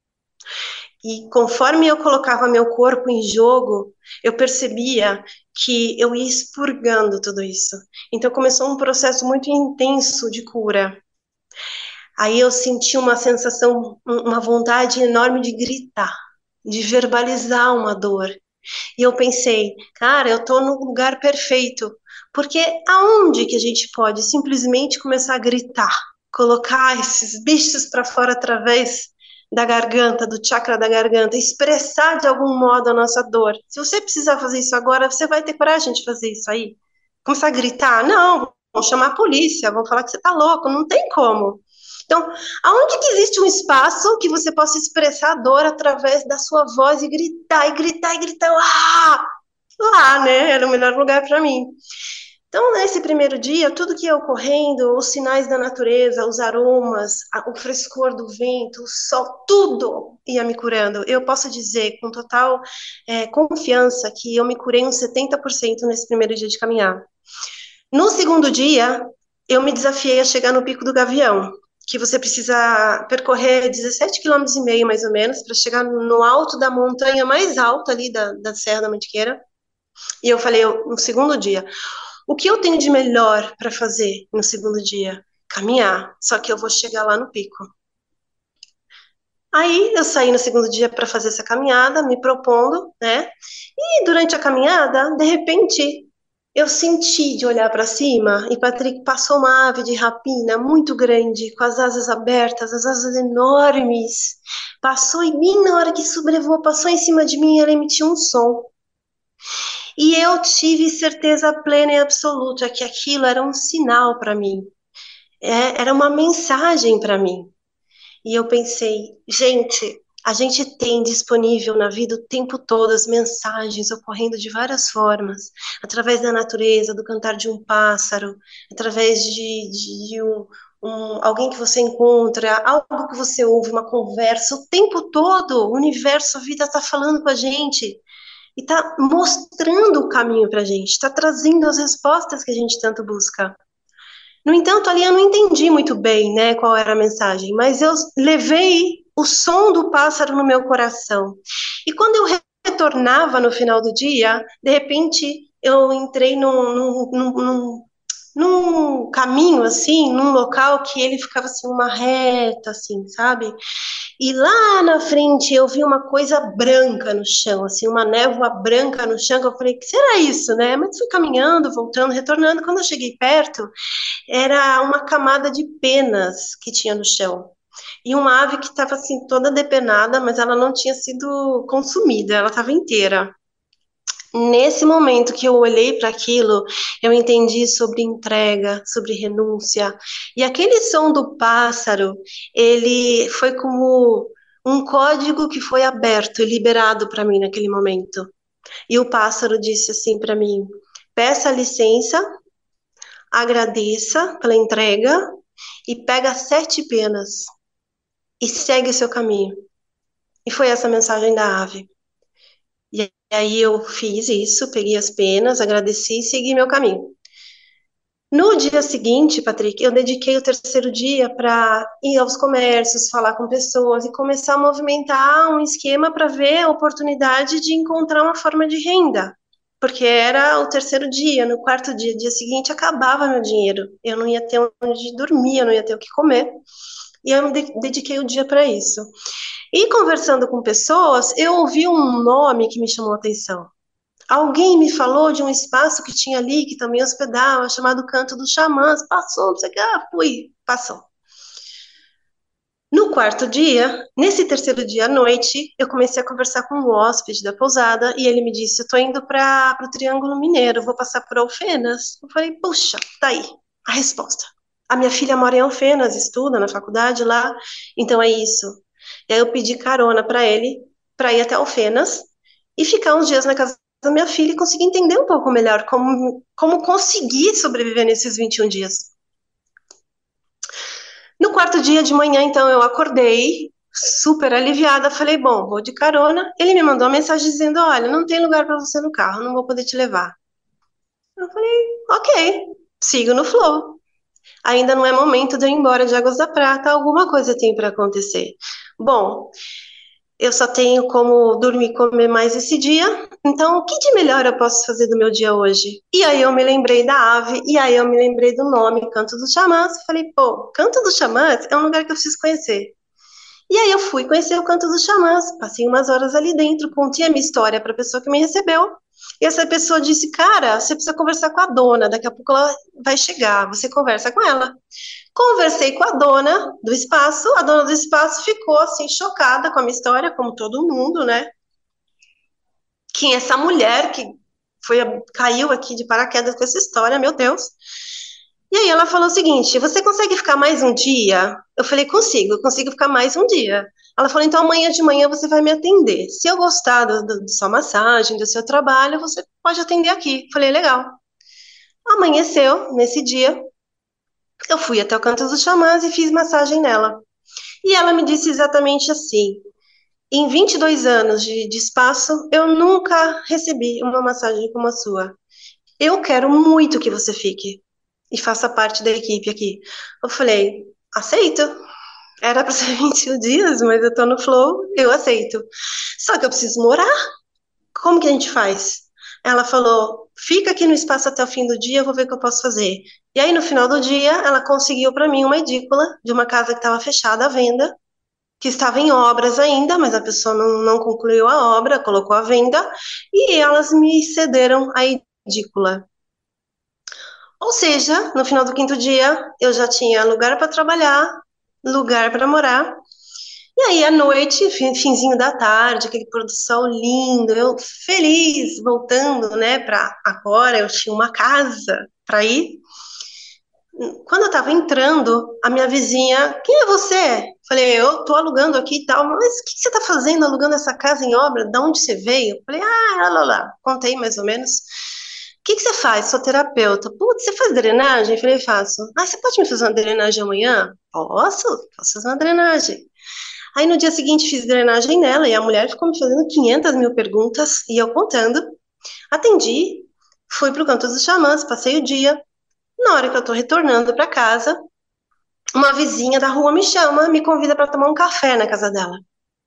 [SPEAKER 3] E conforme eu colocava meu corpo em jogo, eu percebia que eu ia expurgando tudo isso. Então começou um processo muito intenso de cura. Aí eu senti uma sensação, uma vontade enorme de gritar, de verbalizar uma dor. E eu pensei, cara, eu tô no lugar perfeito, porque aonde que a gente pode simplesmente começar a gritar, colocar esses bichos para fora através da garganta, do chakra da garganta, expressar de algum modo a nossa dor. Se você precisar fazer isso agora, você vai ter coragem de fazer isso aí? Começar a gritar? Não, vão chamar a polícia, vão falar que você tá louco, não tem como. Então, aonde que existe um espaço que você possa expressar a dor através da sua voz e gritar, e gritar, e gritar, ah! Lá, né? Era o melhor lugar para mim. Então, nesse primeiro dia, tudo que ia ocorrendo, os sinais da natureza, os aromas, o frescor do vento, o sol, tudo ia me curando. Eu posso dizer com total confiança que eu me curei uns 70% nesse primeiro dia de caminhar. No segundo dia, eu me desafiei a chegar no Pico do Gavião, que você precisa percorrer 17,5 km mais ou menos, para chegar no alto da montanha mais alta ali da Serra da Mantiqueira. E eu falei, no segundo dia, o que eu tenho de melhor para fazer no segundo dia? Caminhar, só que eu vou chegar lá no pico. Aí eu saí no segundo dia para fazer essa caminhada, me propondo, né? E durante a caminhada, de repente, eu senti de olhar para cima e Patrick passou uma ave de rapina muito grande, com as asas abertas, as asas enormes. Passou em mim na hora que sobrevoou, passou em cima de mim e ela emitiu um som. E eu tive certeza plena e absoluta que aquilo era um sinal para mim, era uma mensagem para mim. E eu pensei, gente, a gente tem disponível na vida o tempo todo as mensagens ocorrendo de várias formas, através da natureza, do cantar de um pássaro, através de alguém que você encontra, algo que você ouve, uma conversa, o tempo todo, o universo, a vida está falando com a gente e está mostrando o caminho para a gente, está trazendo as respostas que a gente tanto busca. No entanto, ali eu não entendi muito bem, né, qual era a mensagem, mas eu levei o som do pássaro no meu coração. E quando eu retornava no final do dia, de repente eu entrei num caminho, assim, num local que ele ficava assim, uma reta, assim, sabe? E lá na frente eu vi uma coisa branca no chão, assim, uma névoa branca no chão, que eu falei, que será isso, né? Mas fui caminhando, voltando, retornando, quando eu cheguei perto, era uma camada de penas que tinha no chão. E uma ave que estava assim toda depenada, mas ela não tinha sido consumida, ela estava inteira. Nesse momento que eu olhei para aquilo, eu entendi sobre entrega, sobre renúncia. E aquele som do pássaro, ele foi como um código que foi aberto e liberado para mim naquele momento. E o pássaro disse assim para mim: peça licença, agradeça pela entrega e pega 7 penas e segue o seu caminho. E foi essa a mensagem da ave. E aí eu fiz isso, peguei as penas, agradeci e segui meu caminho. No dia seguinte, Patrick, eu dediquei o terceiro dia para ir aos comércios, falar com pessoas e começar a movimentar um esquema para ver a oportunidade de encontrar uma forma de renda. Porque era o terceiro dia, no quarto dia seguinte, acabava meu dinheiro. Eu não ia ter onde dormir, eu não ia ter o que comer. E eu me dediquei o dia para isso. E conversando com pessoas, eu ouvi um nome que me chamou a atenção. Alguém me falou de um espaço que tinha ali, que também hospedava, chamado Canto dos Xamãs. Passou, não sei o que, fui, passou. No quarto dia, nesse terceiro dia à noite, eu comecei a conversar com o hóspede da pousada e ele me disse, eu tô indo para o Triângulo Mineiro, vou passar por Alfenas. Eu falei, puxa, tá aí a resposta. A minha filha mora em Alfenas, estuda na faculdade lá, então é isso. E aí eu pedi carona para ele, para ir até Alfenas e ficar uns dias na casa da minha filha e conseguir entender um pouco melhor como conseguir sobreviver nesses 21 dias. No quarto dia de manhã, então, eu acordei super aliviada, falei, bom, vou de carona. Ele me mandou uma mensagem dizendo, olha, não tem lugar para você no carro, não vou poder te levar. Eu falei, ok, sigo no flow. Ainda não é momento de eu ir embora de Águas da Prata, alguma coisa tem para acontecer. Bom, eu só tenho como dormir e comer mais esse dia, então o que de melhor eu posso fazer do meu dia hoje? E aí eu me lembrei da ave, e aí eu me lembrei do nome, Canto dos Xamãs, falei, pô, Canto dos Xamãs é um lugar que eu preciso conhecer. E aí eu fui conhecer o Canto dos Xamãs, passei umas horas ali dentro, contei a minha história para a pessoa que me recebeu, e essa pessoa disse, cara, você precisa conversar com a dona, daqui a pouco ela vai chegar, você conversa com ela. Conversei com a dona do espaço ficou assim chocada com a minha história, como todo mundo, né? Quem é essa mulher que caiu aqui de paraquedas com essa história, meu Deus. E aí ela falou o seguinte: você consegue ficar mais um dia? Eu falei, eu consigo ficar mais um dia. Ela falou, então amanhã de manhã você vai me atender. Se eu gostar da sua massagem, do seu trabalho, você pode atender aqui. Eu falei, legal. Amanheceu, nesse dia, eu fui até o Canto dos Xamãs e fiz massagem nela. E ela me disse exatamente assim: em 22 anos de espaço, eu nunca recebi uma massagem como a sua. Eu quero muito que você fique e faça parte da equipe aqui. Eu falei, aceito. Era para ser 21 dias, mas eu tô no flow, eu aceito. Só que eu preciso morar. Como que a gente faz? Ela falou, fica aqui no espaço até o fim do dia, eu vou ver o que eu posso fazer. E aí, no final do dia, ela conseguiu para mim uma edícula de uma casa que estava fechada à venda, que estava em obras ainda, mas a pessoa não concluiu a obra, colocou à venda, e elas me cederam a edícula. Ou seja, no final do quinto dia, eu já tinha lugar para trabalhar, lugar para morar. E aí, à noite, finzinho da tarde, aquele pôr do sol lindo, eu feliz, voltando, né, para agora, eu tinha uma casa para ir. Quando eu estava entrando, a minha vizinha, quem é você? Falei, eu tô alugando aqui e tal, mas o que você está fazendo alugando essa casa em obra? De onde você veio? Falei, lá, contei mais ou menos. O que você faz? Sou terapeuta. Putz, você faz drenagem? Falei, faço. Você pode me fazer uma drenagem amanhã? Posso fazer uma drenagem. Aí no dia seguinte fiz drenagem nela e a mulher ficou me fazendo 500 mil perguntas e eu contando. Atendi, fui pro Canto dos Xamãs, passei o dia. Na hora que eu tô retornando para casa, uma vizinha da rua me chama, me convida para tomar um café na casa dela.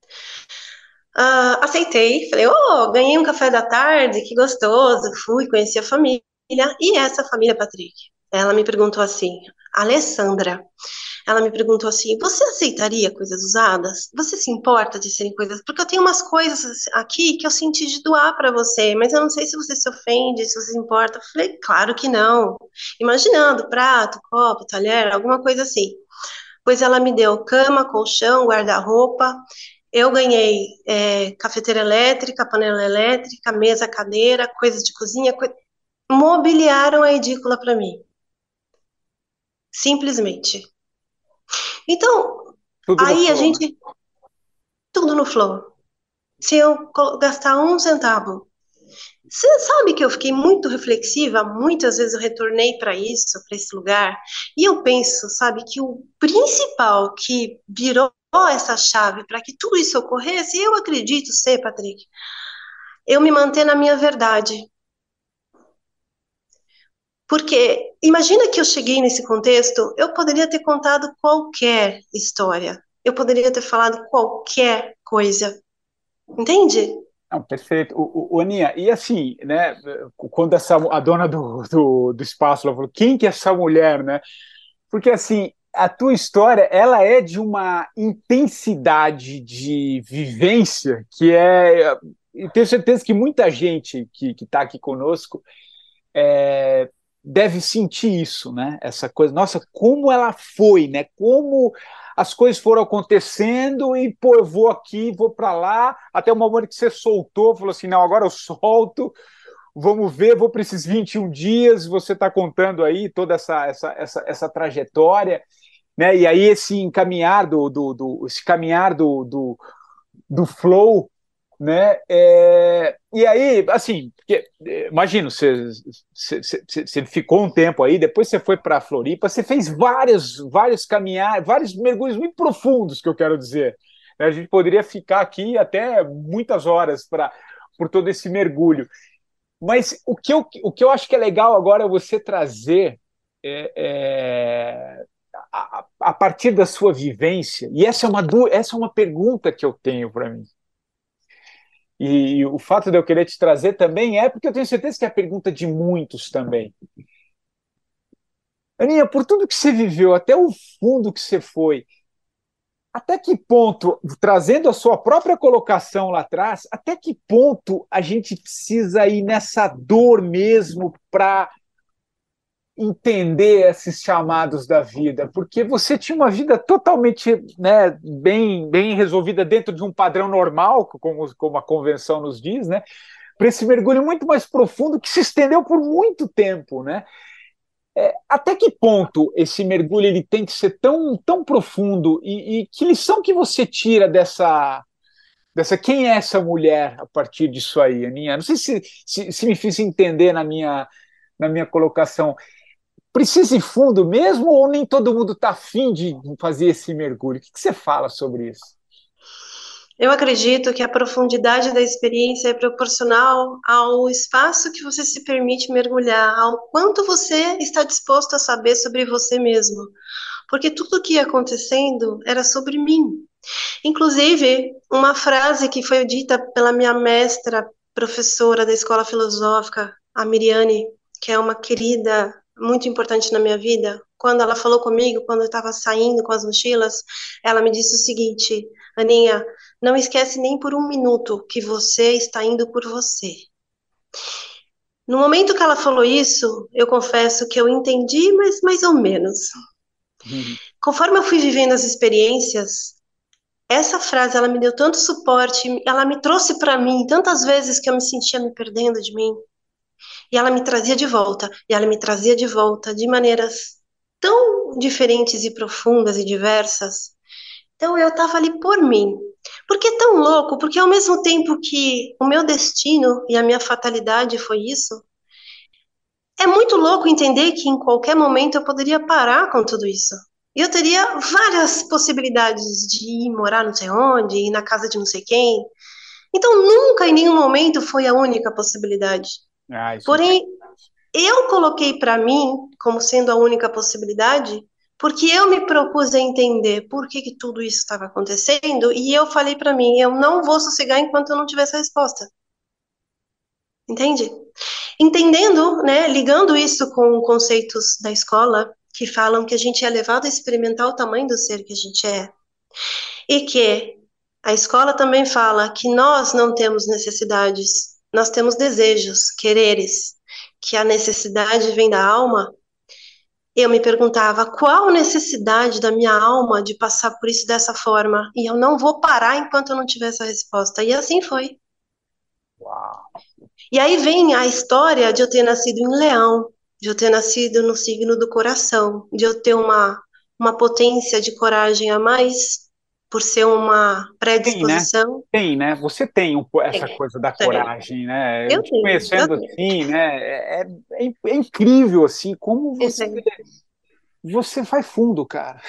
[SPEAKER 3] Aceitei, falei, ganhei um café da tarde, que gostoso, fui, conheci a família, e essa família, Patrick, ela me perguntou assim, Alessandra, ela me perguntou assim, você aceitaria coisas usadas? Você se importa de serem coisas? Porque eu tenho umas coisas aqui que eu senti de doar para você, mas eu não sei se você se ofende, se você se importa. Eu falei, claro que não. Imaginando, prato, copo, talher, alguma coisa assim. Pois ela me deu cama, colchão, guarda-roupa. Eu ganhei cafeteira elétrica, panela elétrica, mesa, cadeira, coisas de cozinha. Mobiliaram a edícula para mim. Simplesmente. Então,
[SPEAKER 2] Tudo no
[SPEAKER 3] aí a
[SPEAKER 2] flow, né?
[SPEAKER 3] gente. Tudo no flow. Se eu gastar um centavo. Você sabe que eu fiquei muito reflexiva, muitas vezes eu retornei para isso, para esse lugar, e eu penso, sabe, que o principal que virou essa chave para que tudo isso ocorresse, eu acredito ser, Patrick, eu me manter na minha verdade. Porque imagina que eu cheguei nesse contexto, eu poderia ter contado qualquer história, eu poderia ter falado qualquer coisa, entende?
[SPEAKER 2] Não, perfeito. Aninha, e assim, né, quando a dona do espaço ela falou, quem que é essa mulher, né? Porque assim, a tua história, ela é de uma intensidade de vivência que eu tenho certeza que muita gente que está aqui conosco deve sentir isso, né? Essa coisa, nossa, como ela foi, né? Como as coisas foram acontecendo e, pô, eu vou aqui, vou para lá, até o momento que você soltou, falou assim, não, agora eu solto, vamos ver, vou para esses 21 dias, você está contando aí toda essa trajetória, né? E aí esse encaminhar esse caminhar do flow, né? E aí, assim, imagino, você ficou um tempo aí, depois você foi para Floripa, você fez vários caminhar, vários mergulhos muito profundos, que eu quero dizer. A gente poderia ficar aqui até muitas horas por todo esse mergulho. Mas o que eu acho que é legal agora é você trazer é, é, a partir da sua vivência, e essa é uma pergunta que eu tenho para mim. E o fato de eu querer te trazer também é porque eu tenho certeza que é a pergunta de muitos também. Aninha, por tudo que você viveu, até o fundo que você foi, até que ponto, trazendo a sua própria colocação lá atrás, até que ponto a gente precisa ir nessa dor mesmo para entender esses chamados da vida? Porque você tinha uma vida totalmente, né, bem resolvida dentro de um padrão normal, como a convenção nos diz, né? Para esse mergulho muito mais profundo que se estendeu por muito tempo, né? Até que ponto esse mergulho ele tem que ser tão profundo e que lição que você tira dessa quem é essa mulher a partir disso aí, Aninha? Não sei se me fiz entender na minha colocação. Precisa ir fundo mesmo ou nem todo mundo está afim de fazer esse mergulho? O que você fala sobre isso?
[SPEAKER 3] Eu acredito que a profundidade da experiência é proporcional ao espaço que você se permite mergulhar, ao quanto você está disposto a saber sobre você mesmo. Porque tudo o que ia acontecendo era sobre mim. Inclusive, uma frase que foi dita pela minha mestra, professora da Escola Filosófica, a Miriane, que é uma querida muito importante na minha vida, quando ela falou comigo, quando eu estava saindo com as mochilas, ela me disse o seguinte: Aninha, não esquece nem por um minuto que você está indo por você. No momento que ela falou isso, eu confesso que eu entendi, mas mais ou menos. Conforme eu fui vivendo as experiências, essa frase, ela me deu tanto suporte, ela me trouxe para mim tantas vezes que eu me sentia me perdendo de mim. E ela me trazia de volta, e ela me trazia de volta de maneiras tão diferentes e profundas e diversas. Então eu estava ali por mim. Por que tão louco? Porque ao mesmo tempo que o meu destino e a minha fatalidade foi isso, é muito louco entender que em qualquer momento eu poderia parar com tudo isso. E eu teria várias possibilidades de ir morar não sei onde, ir na casa de não sei quem. Então nunca em nenhum momento foi a única possibilidade.
[SPEAKER 2] Isso é
[SPEAKER 3] Porém, eu coloquei para mim como sendo a única possibilidade, porque eu me propus a entender por que tudo isso estava acontecendo, e eu falei para mim, eu não vou sossegar enquanto eu não tiver essa resposta. Entende? Entendendo, né, ligando isso com conceitos da escola, que falam que a gente é levado a experimentar o tamanho do ser que a gente é, e que a escola também fala que nós não temos necessidades, nós temos desejos, quereres, que a necessidade vem da alma. Eu me perguntava qual necessidade da minha alma de passar por isso dessa forma, e eu não vou parar enquanto eu não tiver essa resposta. E assim foi.
[SPEAKER 2] Uau.
[SPEAKER 3] E aí vem a história de eu ter nascido em Leão, de eu ter nascido no signo do coração, de eu ter uma potência de coragem a mais, por ser uma
[SPEAKER 2] Tem, né?
[SPEAKER 3] predisposição.
[SPEAKER 2] Tem, né? Você tem essa
[SPEAKER 3] Tenho,
[SPEAKER 2] coisa da
[SPEAKER 3] tenho.
[SPEAKER 2] coragem, né? Eu
[SPEAKER 3] Eu
[SPEAKER 2] te
[SPEAKER 3] tenho, eu
[SPEAKER 2] conhecendo
[SPEAKER 3] tenho.
[SPEAKER 2] assim, né? É incrível assim como
[SPEAKER 3] Eu
[SPEAKER 2] você
[SPEAKER 3] tenho.
[SPEAKER 2] você vai fundo, cara.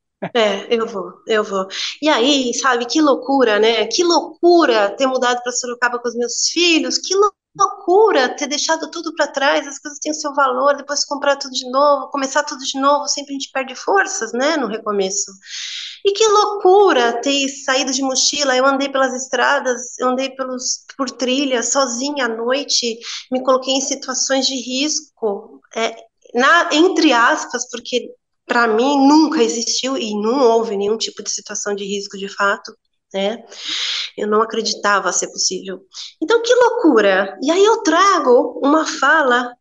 [SPEAKER 3] Eu vou. E aí, sabe, que loucura, né? Que loucura ter mudado para Sorocaba com os meus filhos, que loucura ter deixado tudo para trás, as coisas têm o seu valor, depois comprar tudo de novo, começar tudo de novo, sempre a gente perde forças, né, no recomeço. E que loucura ter saído de mochila, eu andei pelas estradas, eu andei por trilhas, sozinha à noite, me coloquei em situações de risco, entre aspas, porque para mim nunca existiu e não houve nenhum tipo de situação de risco de fato. né? Eu não acreditava ser possível. Então, que loucura! E aí eu trago uma fala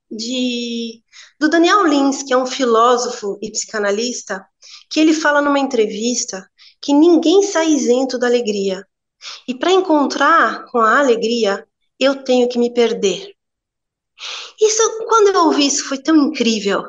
[SPEAKER 3] do Daniel Lins, que é um filósofo e psicanalista, que ele fala numa entrevista que ninguém sai isento da alegria. E para encontrar com a alegria, eu tenho que me perder. Quando eu ouvi isso, foi tão incrível,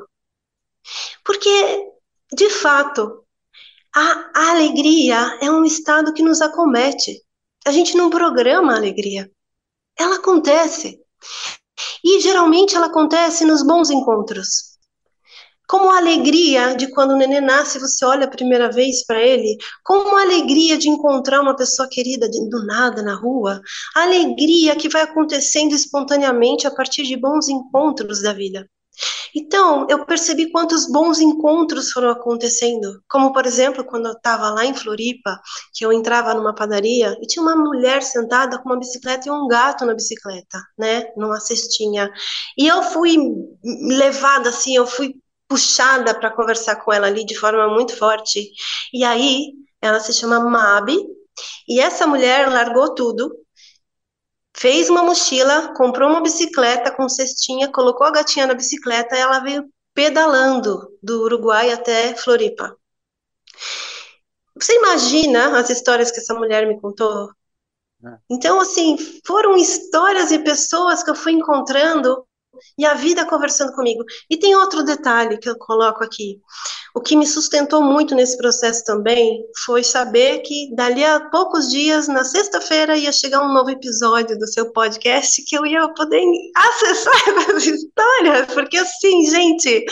[SPEAKER 3] porque, de fato, a alegria é um estado que nos acomete. A gente não programa a alegria. Ela acontece. E geralmente ela acontece nos bons encontros. Como a alegria de quando o nenê nasce, você olha a primeira vez para ele, como a alegria de encontrar uma pessoa querida do nada na rua, a alegria que vai acontecendo espontaneamente a partir de bons encontros da vida. Então, eu percebi quantos bons encontros foram acontecendo. Como, por exemplo, quando eu estava lá em Floripa, que eu entrava numa padaria e tinha uma mulher sentada com uma bicicleta e um gato na bicicleta, né? Numa cestinha. E eu fui levada assim, eu fui puxada para conversar com ela ali de forma muito forte. E aí, ela se chama Mabi, e essa mulher largou tudo, fez uma mochila, comprou uma bicicleta com cestinha, colocou a gatinha na bicicleta e ela veio pedalando do Uruguai até Floripa. Você imagina as histórias que essa mulher me contou? Então, assim, foram histórias e pessoas que eu fui encontrando e a vida conversando comigo. E tem outro detalhe que eu coloco aqui. O que me sustentou muito nesse processo também foi saber que dali a poucos dias, na sexta-feira, ia chegar um novo episódio do seu podcast que eu ia poder acessar essas histórias, porque assim, gente,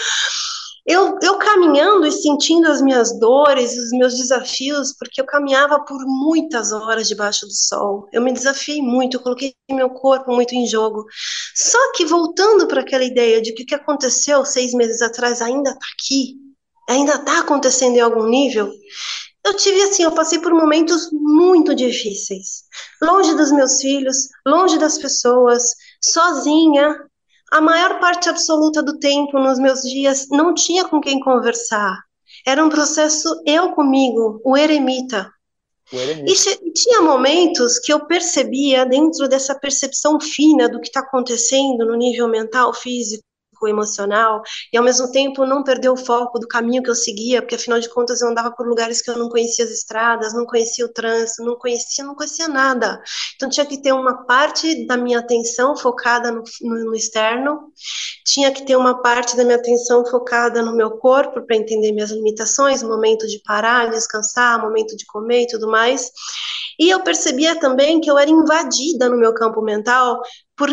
[SPEAKER 3] eu caminhando e sentindo as minhas dores, os meus desafios, porque eu caminhava por muitas horas debaixo do sol. Eu me desafiei muito, eu coloquei meu corpo muito em jogo. Só que voltando para aquela ideia de que o que aconteceu 6 meses atrás ainda está aqui, ainda está acontecendo em algum nível, eu tive assim, eu passei por momentos muito difíceis, longe dos meus filhos, longe das pessoas, sozinha. A maior parte absoluta do tempo nos meus dias não tinha com quem conversar. Era um processo eu comigo, o eremita. E tinha momentos que eu percebia, dentro dessa percepção fina do que está acontecendo no nível mental, físico, emocional, e ao mesmo tempo não perder o foco do caminho que eu seguia, porque afinal de contas eu andava por lugares que eu não conhecia as estradas, não conhecia o trânsito, não conhecia nada. Então tinha que ter uma parte da minha atenção focada no externo, tinha que ter uma parte da minha atenção focada no meu corpo para entender minhas limitações, momento de parar, descansar, momento de comer e tudo mais. E eu percebia também que eu era invadida no meu campo mental por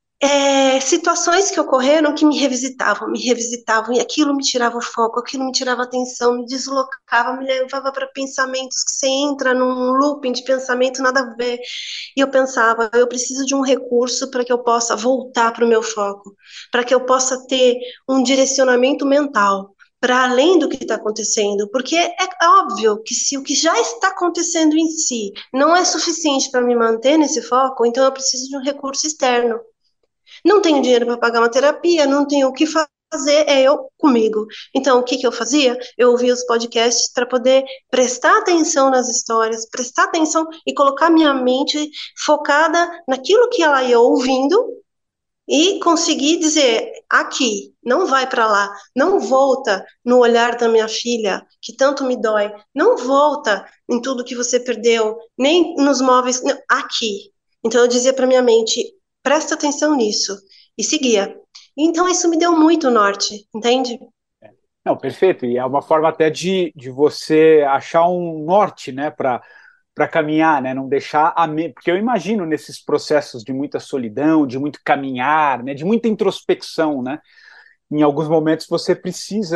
[SPEAKER 3] situações que ocorreram que me revisitavam, e aquilo me tirava o foco, aquilo me tirava a atenção, me deslocava, me levava para pensamentos que você entra num looping de pensamento nada a ver. E eu pensava, eu preciso de um recurso para que eu possa voltar para o meu foco, para que eu possa ter um direcionamento mental para além do que está acontecendo, porque é óbvio que se o que já está acontecendo em si não é suficiente para me manter nesse foco, então eu preciso de um recurso externo. Não tenho dinheiro para pagar uma terapia, não tenho o que fazer, é eu comigo. Então, o que eu fazia? Eu ouvia os podcasts para poder prestar atenção nas histórias, prestar atenção e colocar minha mente focada naquilo que ela ia ouvindo e conseguir dizer, aqui, não vai para lá, não volta no olhar da minha filha, que tanto me dói, não volta em tudo que você perdeu, nem nos móveis, não, aqui. Então eu dizia para minha mente, presta atenção nisso, e seguia. Então isso me deu muito norte, entende?
[SPEAKER 2] Não, perfeito. E é uma forma até de você achar um norte, né, para caminhar, né, não deixar porque eu imagino nesses processos de muita solidão, de muito caminhar, né, de muita introspecção, né, em alguns momentos você precisa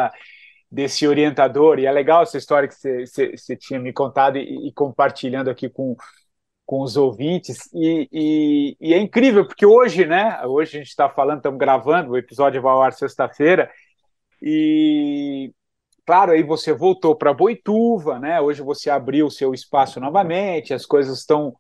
[SPEAKER 2] desse orientador, e é legal essa história que você tinha me contado e compartilhando aqui com os ouvintes, e é incrível, porque hoje, né, hoje a gente está falando, estamos gravando, o episódio vai ao ar sexta-feira, e claro, aí você voltou para Boituva, né, hoje você abriu o seu espaço novamente, as coisas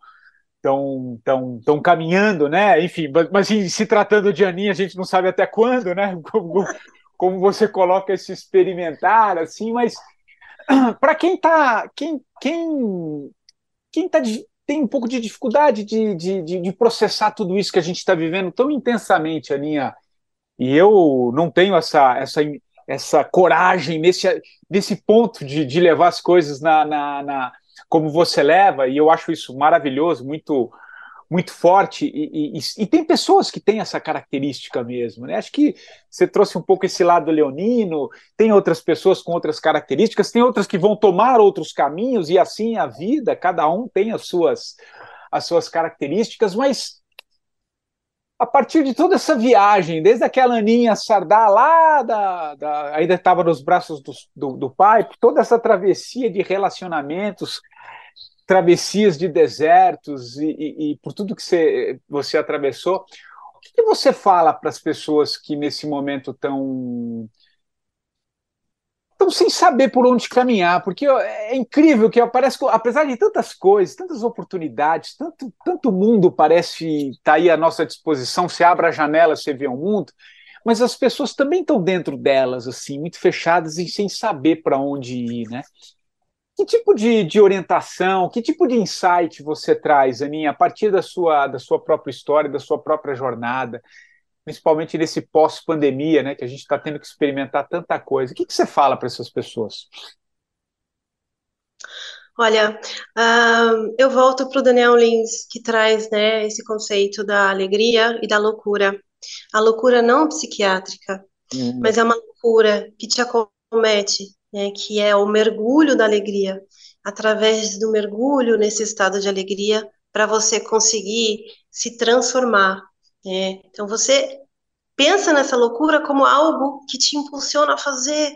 [SPEAKER 2] estão caminhando, né, enfim, mas se tratando de Aninha, a gente não sabe até quando, né, como você coloca esse experimentar, assim, mas para quem quem tem um pouco de dificuldade de processar tudo isso que a gente está vivendo tão intensamente, Aninha, e eu não tenho essa coragem nesse ponto de levar as coisas como você leva, e eu acho isso maravilhoso, muito, muito forte, e tem pessoas que têm essa característica mesmo, né? Acho que você trouxe um pouco esse lado leonino, tem outras pessoas com outras características, tem outras que vão tomar outros caminhos, e assim a vida, cada um tem as suas características, mas a partir de toda essa viagem, desde aquela Aninha Sardá lá, ainda estava nos braços do pai, toda essa travessia de relacionamentos, travessias de desertos e por tudo que você atravessou, o que você fala para as pessoas que nesse momento estão sem saber por onde caminhar? Porque é incrível que parece que, apesar de tantas coisas, tantas oportunidades, tanto mundo parece estar aí à nossa disposição, você abre a janela, você vê o mundo, mas as pessoas também estão dentro delas, assim, muito fechadas e sem saber para onde ir, né? Que tipo de orientação, que tipo de insight você traz, Aninha, a partir da sua própria história, da sua própria jornada, principalmente nesse pós-pandemia, né, que a gente está tendo que experimentar tanta coisa? O que você fala para essas pessoas?
[SPEAKER 3] Olha, eu volto para o Daniel Lins, que traz, né, esse conceito da alegria e da loucura. A loucura não psiquiátrica,
[SPEAKER 2] Hum.
[SPEAKER 3] mas é uma loucura que te acomete, né, que é o mergulho da alegria. Através do mergulho nesse estado de alegria, para você conseguir se transformar, né? Então, você pensa nessa loucura como algo que te impulsiona a fazer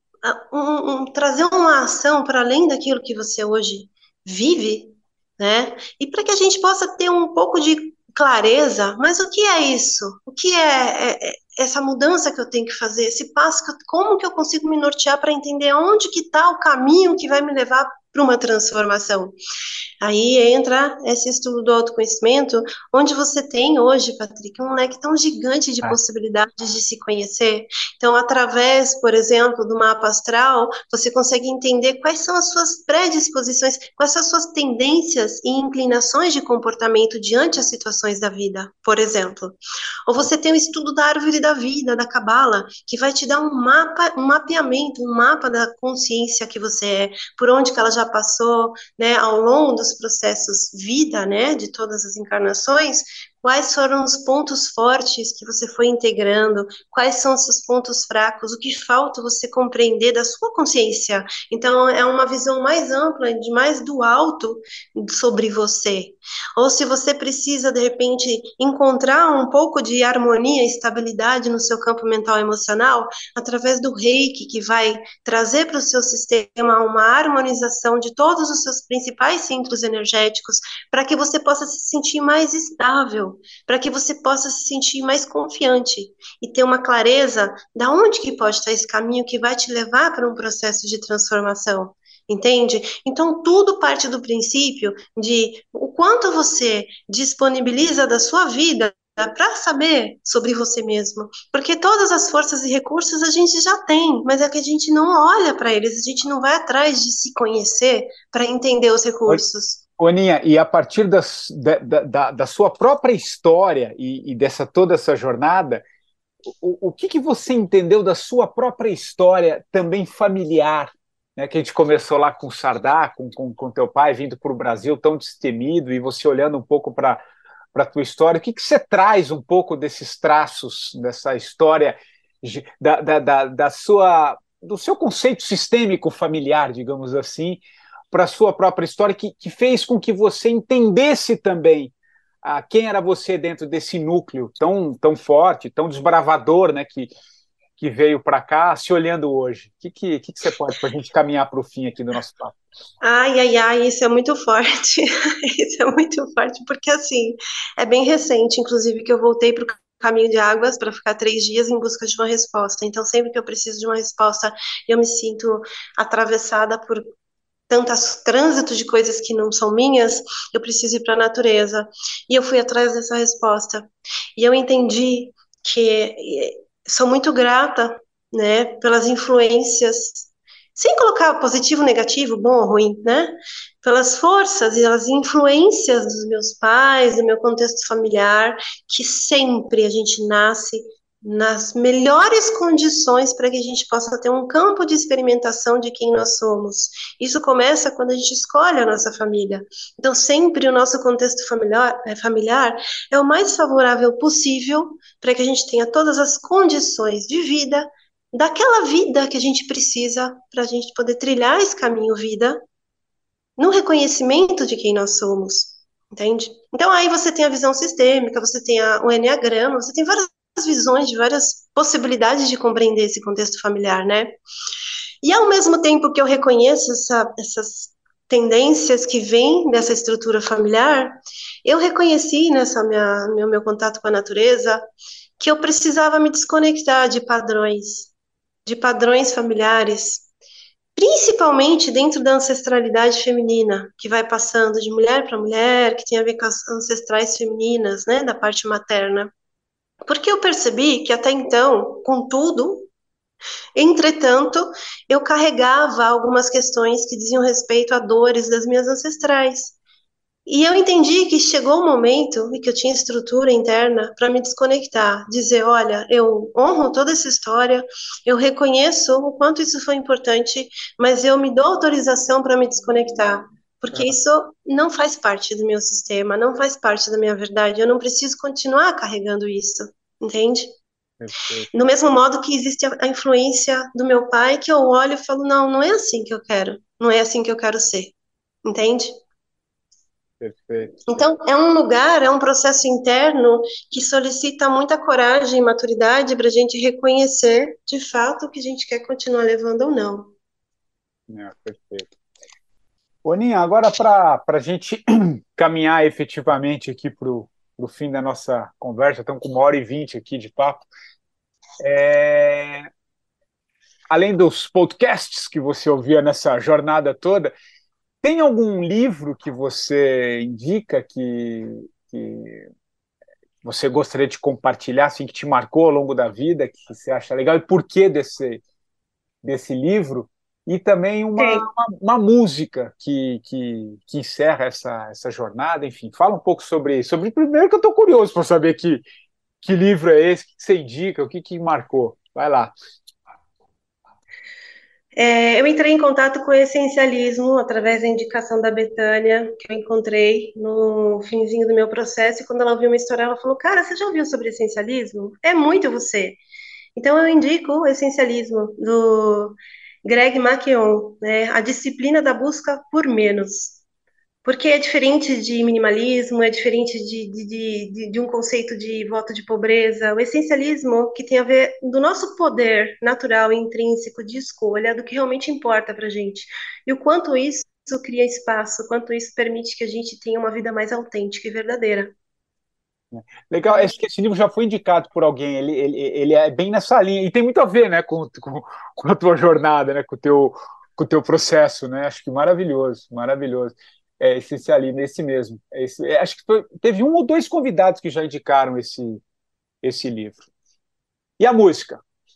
[SPEAKER 3] trazer uma ação para além daquilo que você hoje vive, né? E para que a gente possa ter um pouco de clareza, mas o que é isso? O que é essa mudança que eu tenho que fazer? Esse passo, como que eu consigo me nortear para entender onde que está o caminho que vai me levar para uma transformação? Aí entra esse estudo do autoconhecimento, onde você tem hoje, Patrick, um leque tão gigante de
[SPEAKER 2] Ah,
[SPEAKER 3] possibilidades de se conhecer. Então, através, por exemplo, do mapa astral, você consegue entender quais são as suas predisposições, quais são as suas tendências e inclinações de comportamento diante as situações da vida, por exemplo. Ou você tem o estudo da árvore da vida, da Cabala, que vai te dar um mapa, um mapeamento, um mapa da consciência que você é, por onde que ela já passou, né, ao longo dos processos vida, né, de todas as encarnações, quais foram os pontos fortes que você foi integrando, quais são os seus pontos fracos, o que falta você compreender da sua consciência. Então, é uma visão mais ampla, de mais do alto sobre você. Ou se você precisa, de repente, encontrar um pouco de harmonia e estabilidade no seu campo mental e emocional, através do Reiki, que vai trazer para o seu sistema uma harmonização de todos os seus principais centros energéticos, para que você possa se sentir mais estável, para que você possa se sentir mais confiante e ter uma clareza da onde que pode estar esse caminho que vai te levar para um processo de transformação. Entende? Então, tudo parte do princípio de o quanto você disponibiliza da sua vida para saber sobre você mesmo. Porque todas as forças e recursos a gente já tem, mas é que a gente não olha para eles, a gente não vai atrás de se conhecer para entender os recursos.
[SPEAKER 2] Aninha, e a partir da sua própria história e dessa toda essa jornada, o que você entendeu da sua própria história também familiar, né, que a gente começou lá com o Sardá, com teu pai vindo para o Brasil tão destemido, e você olhando um pouco para a tua história, o que você traz um pouco desses traços, dessa história, do seu conceito sistêmico familiar, digamos assim, para a sua própria história, que fez com que você entendesse também quem era você dentro desse núcleo tão forte, tão desbravador, né, que veio para cá, se olhando hoje? O que você pode, para a gente caminhar para o fim aqui do nosso papo?
[SPEAKER 3] Ai, ai, ai, isso é muito forte. Isso é muito forte, porque assim, é bem recente, inclusive, que eu voltei para o caminho de águas para ficar 3 dias em busca de uma resposta. Então, sempre que eu preciso de uma resposta, eu me sinto atravessada por tantos trânsitos de coisas que não são minhas, eu preciso ir para a natureza. E eu fui atrás dessa resposta. E eu entendi que sou muito grata, né, pelas influências sem colocar positivo, negativo, bom ou ruim, né? Pelas forças e as influências dos meus pais, do meu contexto familiar, que sempre a gente nasce nas melhores condições para que a gente possa ter um campo de experimentação de quem nós somos. Isso começa quando a gente escolhe a nossa família. Então, sempre o nosso contexto familiar é o mais favorável possível para que a gente tenha todas as condições de vida, daquela vida que a gente precisa para a gente poder trilhar esse caminho vida, no reconhecimento de quem nós somos, entende? Então aí você tem a visão sistêmica, você tem o enneagrama, você tem várias visões de várias possibilidades de compreender esse contexto familiar, né? E ao mesmo tempo que eu reconheço essas tendências que vêm dessa estrutura familiar, eu reconheci nessa meu contato com a natureza que eu precisava me desconectar de padrões familiares, principalmente dentro da ancestralidade feminina, que vai passando de mulher para mulher, que tem a ver com as ancestrais femininas, né, da parte materna. Porque eu percebi que até então, contudo, entretanto, eu carregava algumas questões que diziam respeito a dores das minhas ancestrais. E eu entendi que chegou o momento e que eu tinha estrutura interna para me desconectar, dizer, olha, eu honro toda essa história, eu reconheço o quanto isso foi importante, mas eu me dou autorização para me desconectar, porque isso não faz parte do meu sistema, não faz parte da minha verdade, eu não preciso continuar carregando isso, entende?
[SPEAKER 2] Perfeito,
[SPEAKER 3] Do mesmo modo que existe a influência do meu pai, que eu olho e falo, não, não é assim que eu quero, não é assim que eu quero ser, entende?
[SPEAKER 2] perfeito.
[SPEAKER 3] Então, é um lugar, é um processo interno que solicita muita coragem e maturidade para a gente reconhecer, de fato, o que a gente quer continuar levando ou não.
[SPEAKER 2] Perfeito. Boninha, agora para a gente caminhar efetivamente aqui para o fim da nossa conversa, estamos com 1h20 aqui de papo. Além dos podcasts que você ouvia nessa jornada toda, tem algum livro que você indica que você gostaria de compartilhar, assim, que te marcou ao longo da vida, que você acha legal, e por que desse livro? E também
[SPEAKER 3] Tem.
[SPEAKER 2] uma música que encerra essa jornada, enfim. Fala um pouco sobre primeiro que eu estou curioso para saber que livro é esse, o que você indica, o que marcou. Vai lá.
[SPEAKER 3] Eu entrei em contato com o essencialismo através da indicação da Betânia, que eu encontrei no finzinho do meu processo, e quando ela ouviu uma história, ela falou, cara, você já ouviu sobre essencialismo? É muito você. Então eu indico o essencialismo do Greg McKeown, né? A disciplina da busca por menos. Porque é diferente de minimalismo, é diferente de um conceito de voto de pobreza. O essencialismo que tem a ver do nosso poder natural e intrínseco de escolha, do que realmente importa para a gente. E o quanto isso cria espaço, o quanto isso permite que a gente tenha uma vida mais autêntica e verdadeira.
[SPEAKER 2] Legal, acho que esse livro já foi indicado por alguém, ele é bem nessa linha, e tem muito a ver, né, com a tua jornada, né, com o teu processo, né, acho que maravilhoso, maravilhoso. Essencialismo, esse mesmo. Acho que teve um ou dois convidados que já indicaram esse livro. E a música?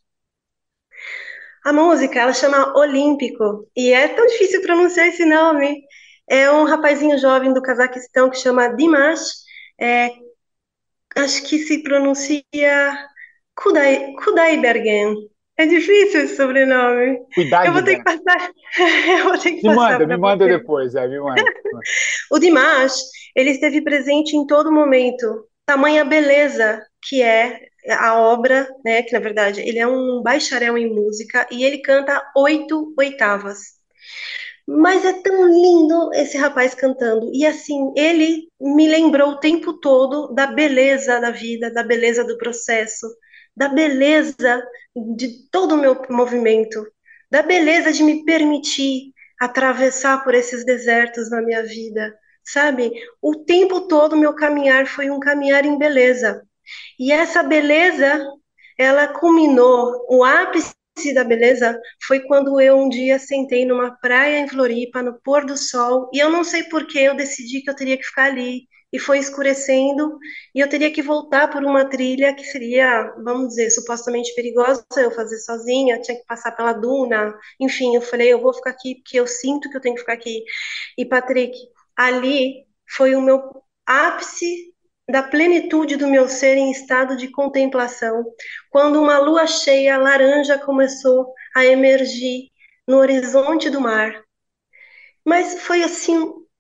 [SPEAKER 3] A música, ela chama Olímpico, e é tão difícil pronunciar esse nome. É um rapazinho jovem do Cazaquistão que chama Dimash, é, acho que se pronuncia Kudaibergen. É difícil esse sobrenome. Eu
[SPEAKER 2] Cuidado,
[SPEAKER 3] vou ter que
[SPEAKER 2] né?
[SPEAKER 3] passar, eu vou ter que
[SPEAKER 2] Me
[SPEAKER 3] passar
[SPEAKER 2] manda, me
[SPEAKER 3] para
[SPEAKER 2] manda
[SPEAKER 3] você.
[SPEAKER 2] depois, me manda.
[SPEAKER 3] O Dimash, ele esteve presente em todo momento. Tamanha beleza que é a obra, né? Que na verdade ele é um bacharel em música e ele canta 8 oitavas. Mas é tão lindo esse rapaz cantando. E assim, ele me lembrou o tempo todo da beleza da vida, da beleza do processo, da beleza de todo o meu movimento, da beleza de me permitir atravessar por esses desertos na minha vida, sabe? O tempo todo meu caminhar foi um caminhar em beleza. E essa beleza, ela culminou, o ápice da beleza foi quando eu um dia sentei numa praia em Floripa, no pôr do sol, e eu não sei por que eu decidi que eu teria que ficar ali e foi escurecendo, e eu teria que voltar por uma trilha que seria, vamos dizer, supostamente perigosa eu fazer sozinha, tinha que passar pela duna, enfim, eu falei, eu vou ficar aqui porque eu sinto que eu tenho que ficar aqui. E Patrick, ali foi o meu ápice da plenitude do meu ser em estado de contemplação, quando uma lua cheia laranja começou a emergir no horizonte do mar. Mas foi assim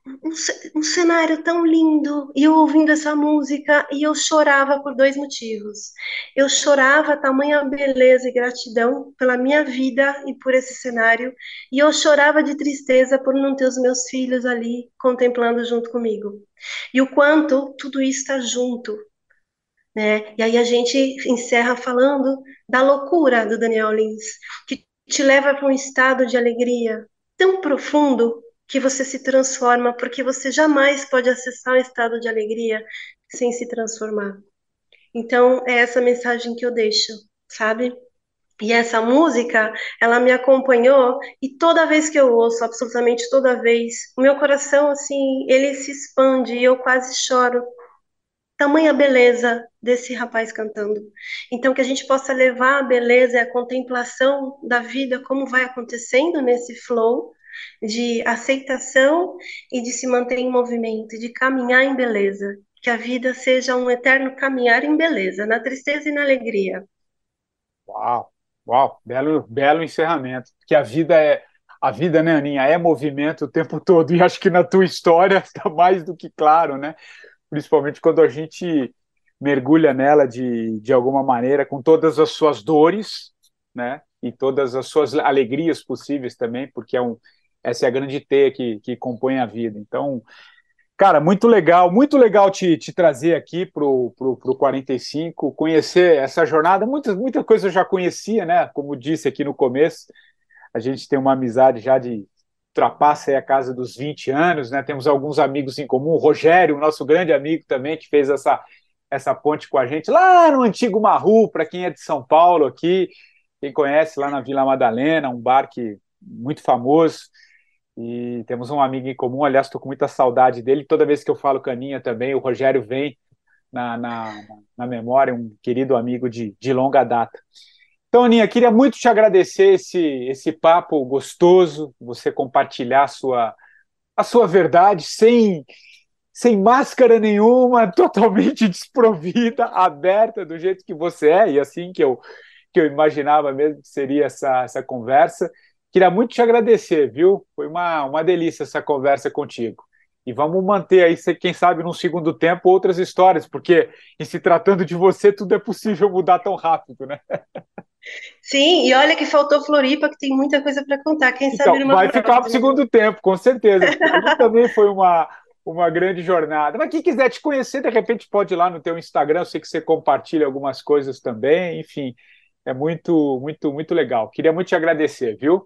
[SPEAKER 3] um cenário tão lindo, e eu ouvindo essa música, e eu chorava por dois motivos. Eu chorava a tamanha beleza e gratidão pela minha vida e por esse cenário, e eu chorava de tristeza por não ter os meus filhos ali contemplando junto comigo. E o quanto tudo isso está junto, né? E aí a gente encerra falando da loucura do Daniel Lins, que te leva para um estado de alegria tão profundo que você se transforma, porque você jamais pode acessar um estado de alegria sem se transformar. Então, é essa mensagem que eu deixo, sabe? E essa música, ela me acompanhou, e toda vez que eu ouço, absolutamente toda vez, o meu coração, assim, ele se expande e eu quase choro. Tamanha beleza desse rapaz cantando. Então, que a gente possa levar a beleza e a contemplação da vida, como vai acontecendo nesse flow de aceitação e de se manter em movimento, de caminhar em beleza. Que a vida seja um eterno caminhar em beleza, na tristeza e na alegria.
[SPEAKER 2] Uau, uau, belo encerramento. Que a vida, né, Aninha, é movimento o tempo todo. E acho que na tua história está mais do que claro, né? Principalmente quando a gente mergulha nela de alguma maneira, com todas as suas dores, né? E todas as suas alegrias possíveis também, porque essa é a grande teia que compõe a vida. Então, cara, muito legal te trazer aqui pro 45, conhecer essa jornada. Muita coisa eu já conhecia, né? Como disse aqui no começo, a gente tem uma amizade já de ultrapassa aí a casa dos 20 anos, né? Temos alguns amigos em comum, o Rogério, nosso grande amigo também, que fez essa ponte com a gente lá no antigo Marru, para quem é de São Paulo aqui, quem conhece lá na Vila Madalena, um bar muito famoso. E temos um amigo em comum, aliás, estou com muita saudade dele. Toda vez que eu falo Caninha também, o Rogério vem na memória, um querido amigo de longa data. Então, Aninha, queria muito te agradecer esse papo gostoso, você compartilhar a sua verdade sem máscara nenhuma, totalmente desprovida, aberta do jeito que você é, e assim que eu imaginava mesmo que seria essa conversa. Queria muito te agradecer, viu? Foi uma delícia essa conversa contigo. E vamos manter aí, quem sabe, num segundo tempo, outras histórias, porque em se tratando de você, tudo é possível mudar tão rápido, né?
[SPEAKER 3] Sim, e olha que faltou Floripa, que tem muita coisa para contar. Quem sabe
[SPEAKER 2] Então,
[SPEAKER 3] numa
[SPEAKER 2] vai ficar para o
[SPEAKER 3] próxima.
[SPEAKER 2] segundo tempo, com certeza, porque ali também foi uma grande jornada. Mas quem quiser te conhecer, de repente pode ir lá no teu Instagram, eu sei que você compartilha algumas coisas também, enfim, é muito, muito, muito legal. Queria muito te agradecer, viu?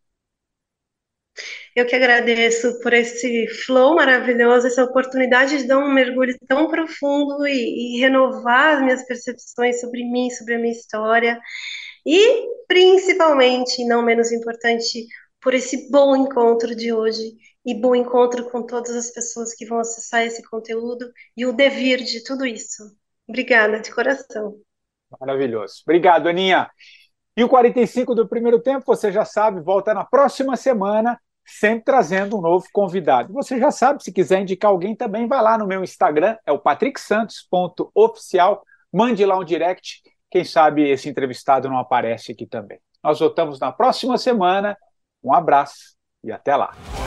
[SPEAKER 3] Eu que agradeço por esse flow maravilhoso, essa oportunidade de dar um mergulho tão profundo e renovar as minhas percepções sobre mim, sobre a minha história. E, principalmente, não menos importante, por esse bom encontro de hoje e bom encontro com todas as pessoas que vão acessar esse conteúdo e o devir de tudo isso. Obrigada, de coração.
[SPEAKER 2] Maravilhoso. Obrigado, Aninha. E o 45 do primeiro tempo, você já sabe, volta na próxima semana, sempre trazendo um novo convidado. Você já sabe, se quiser indicar alguém também, vai lá no meu Instagram, é o patricksantos.oficial, mande lá um direct, quem sabe esse entrevistado não aparece aqui também. Nós voltamos na próxima semana, um abraço e até lá.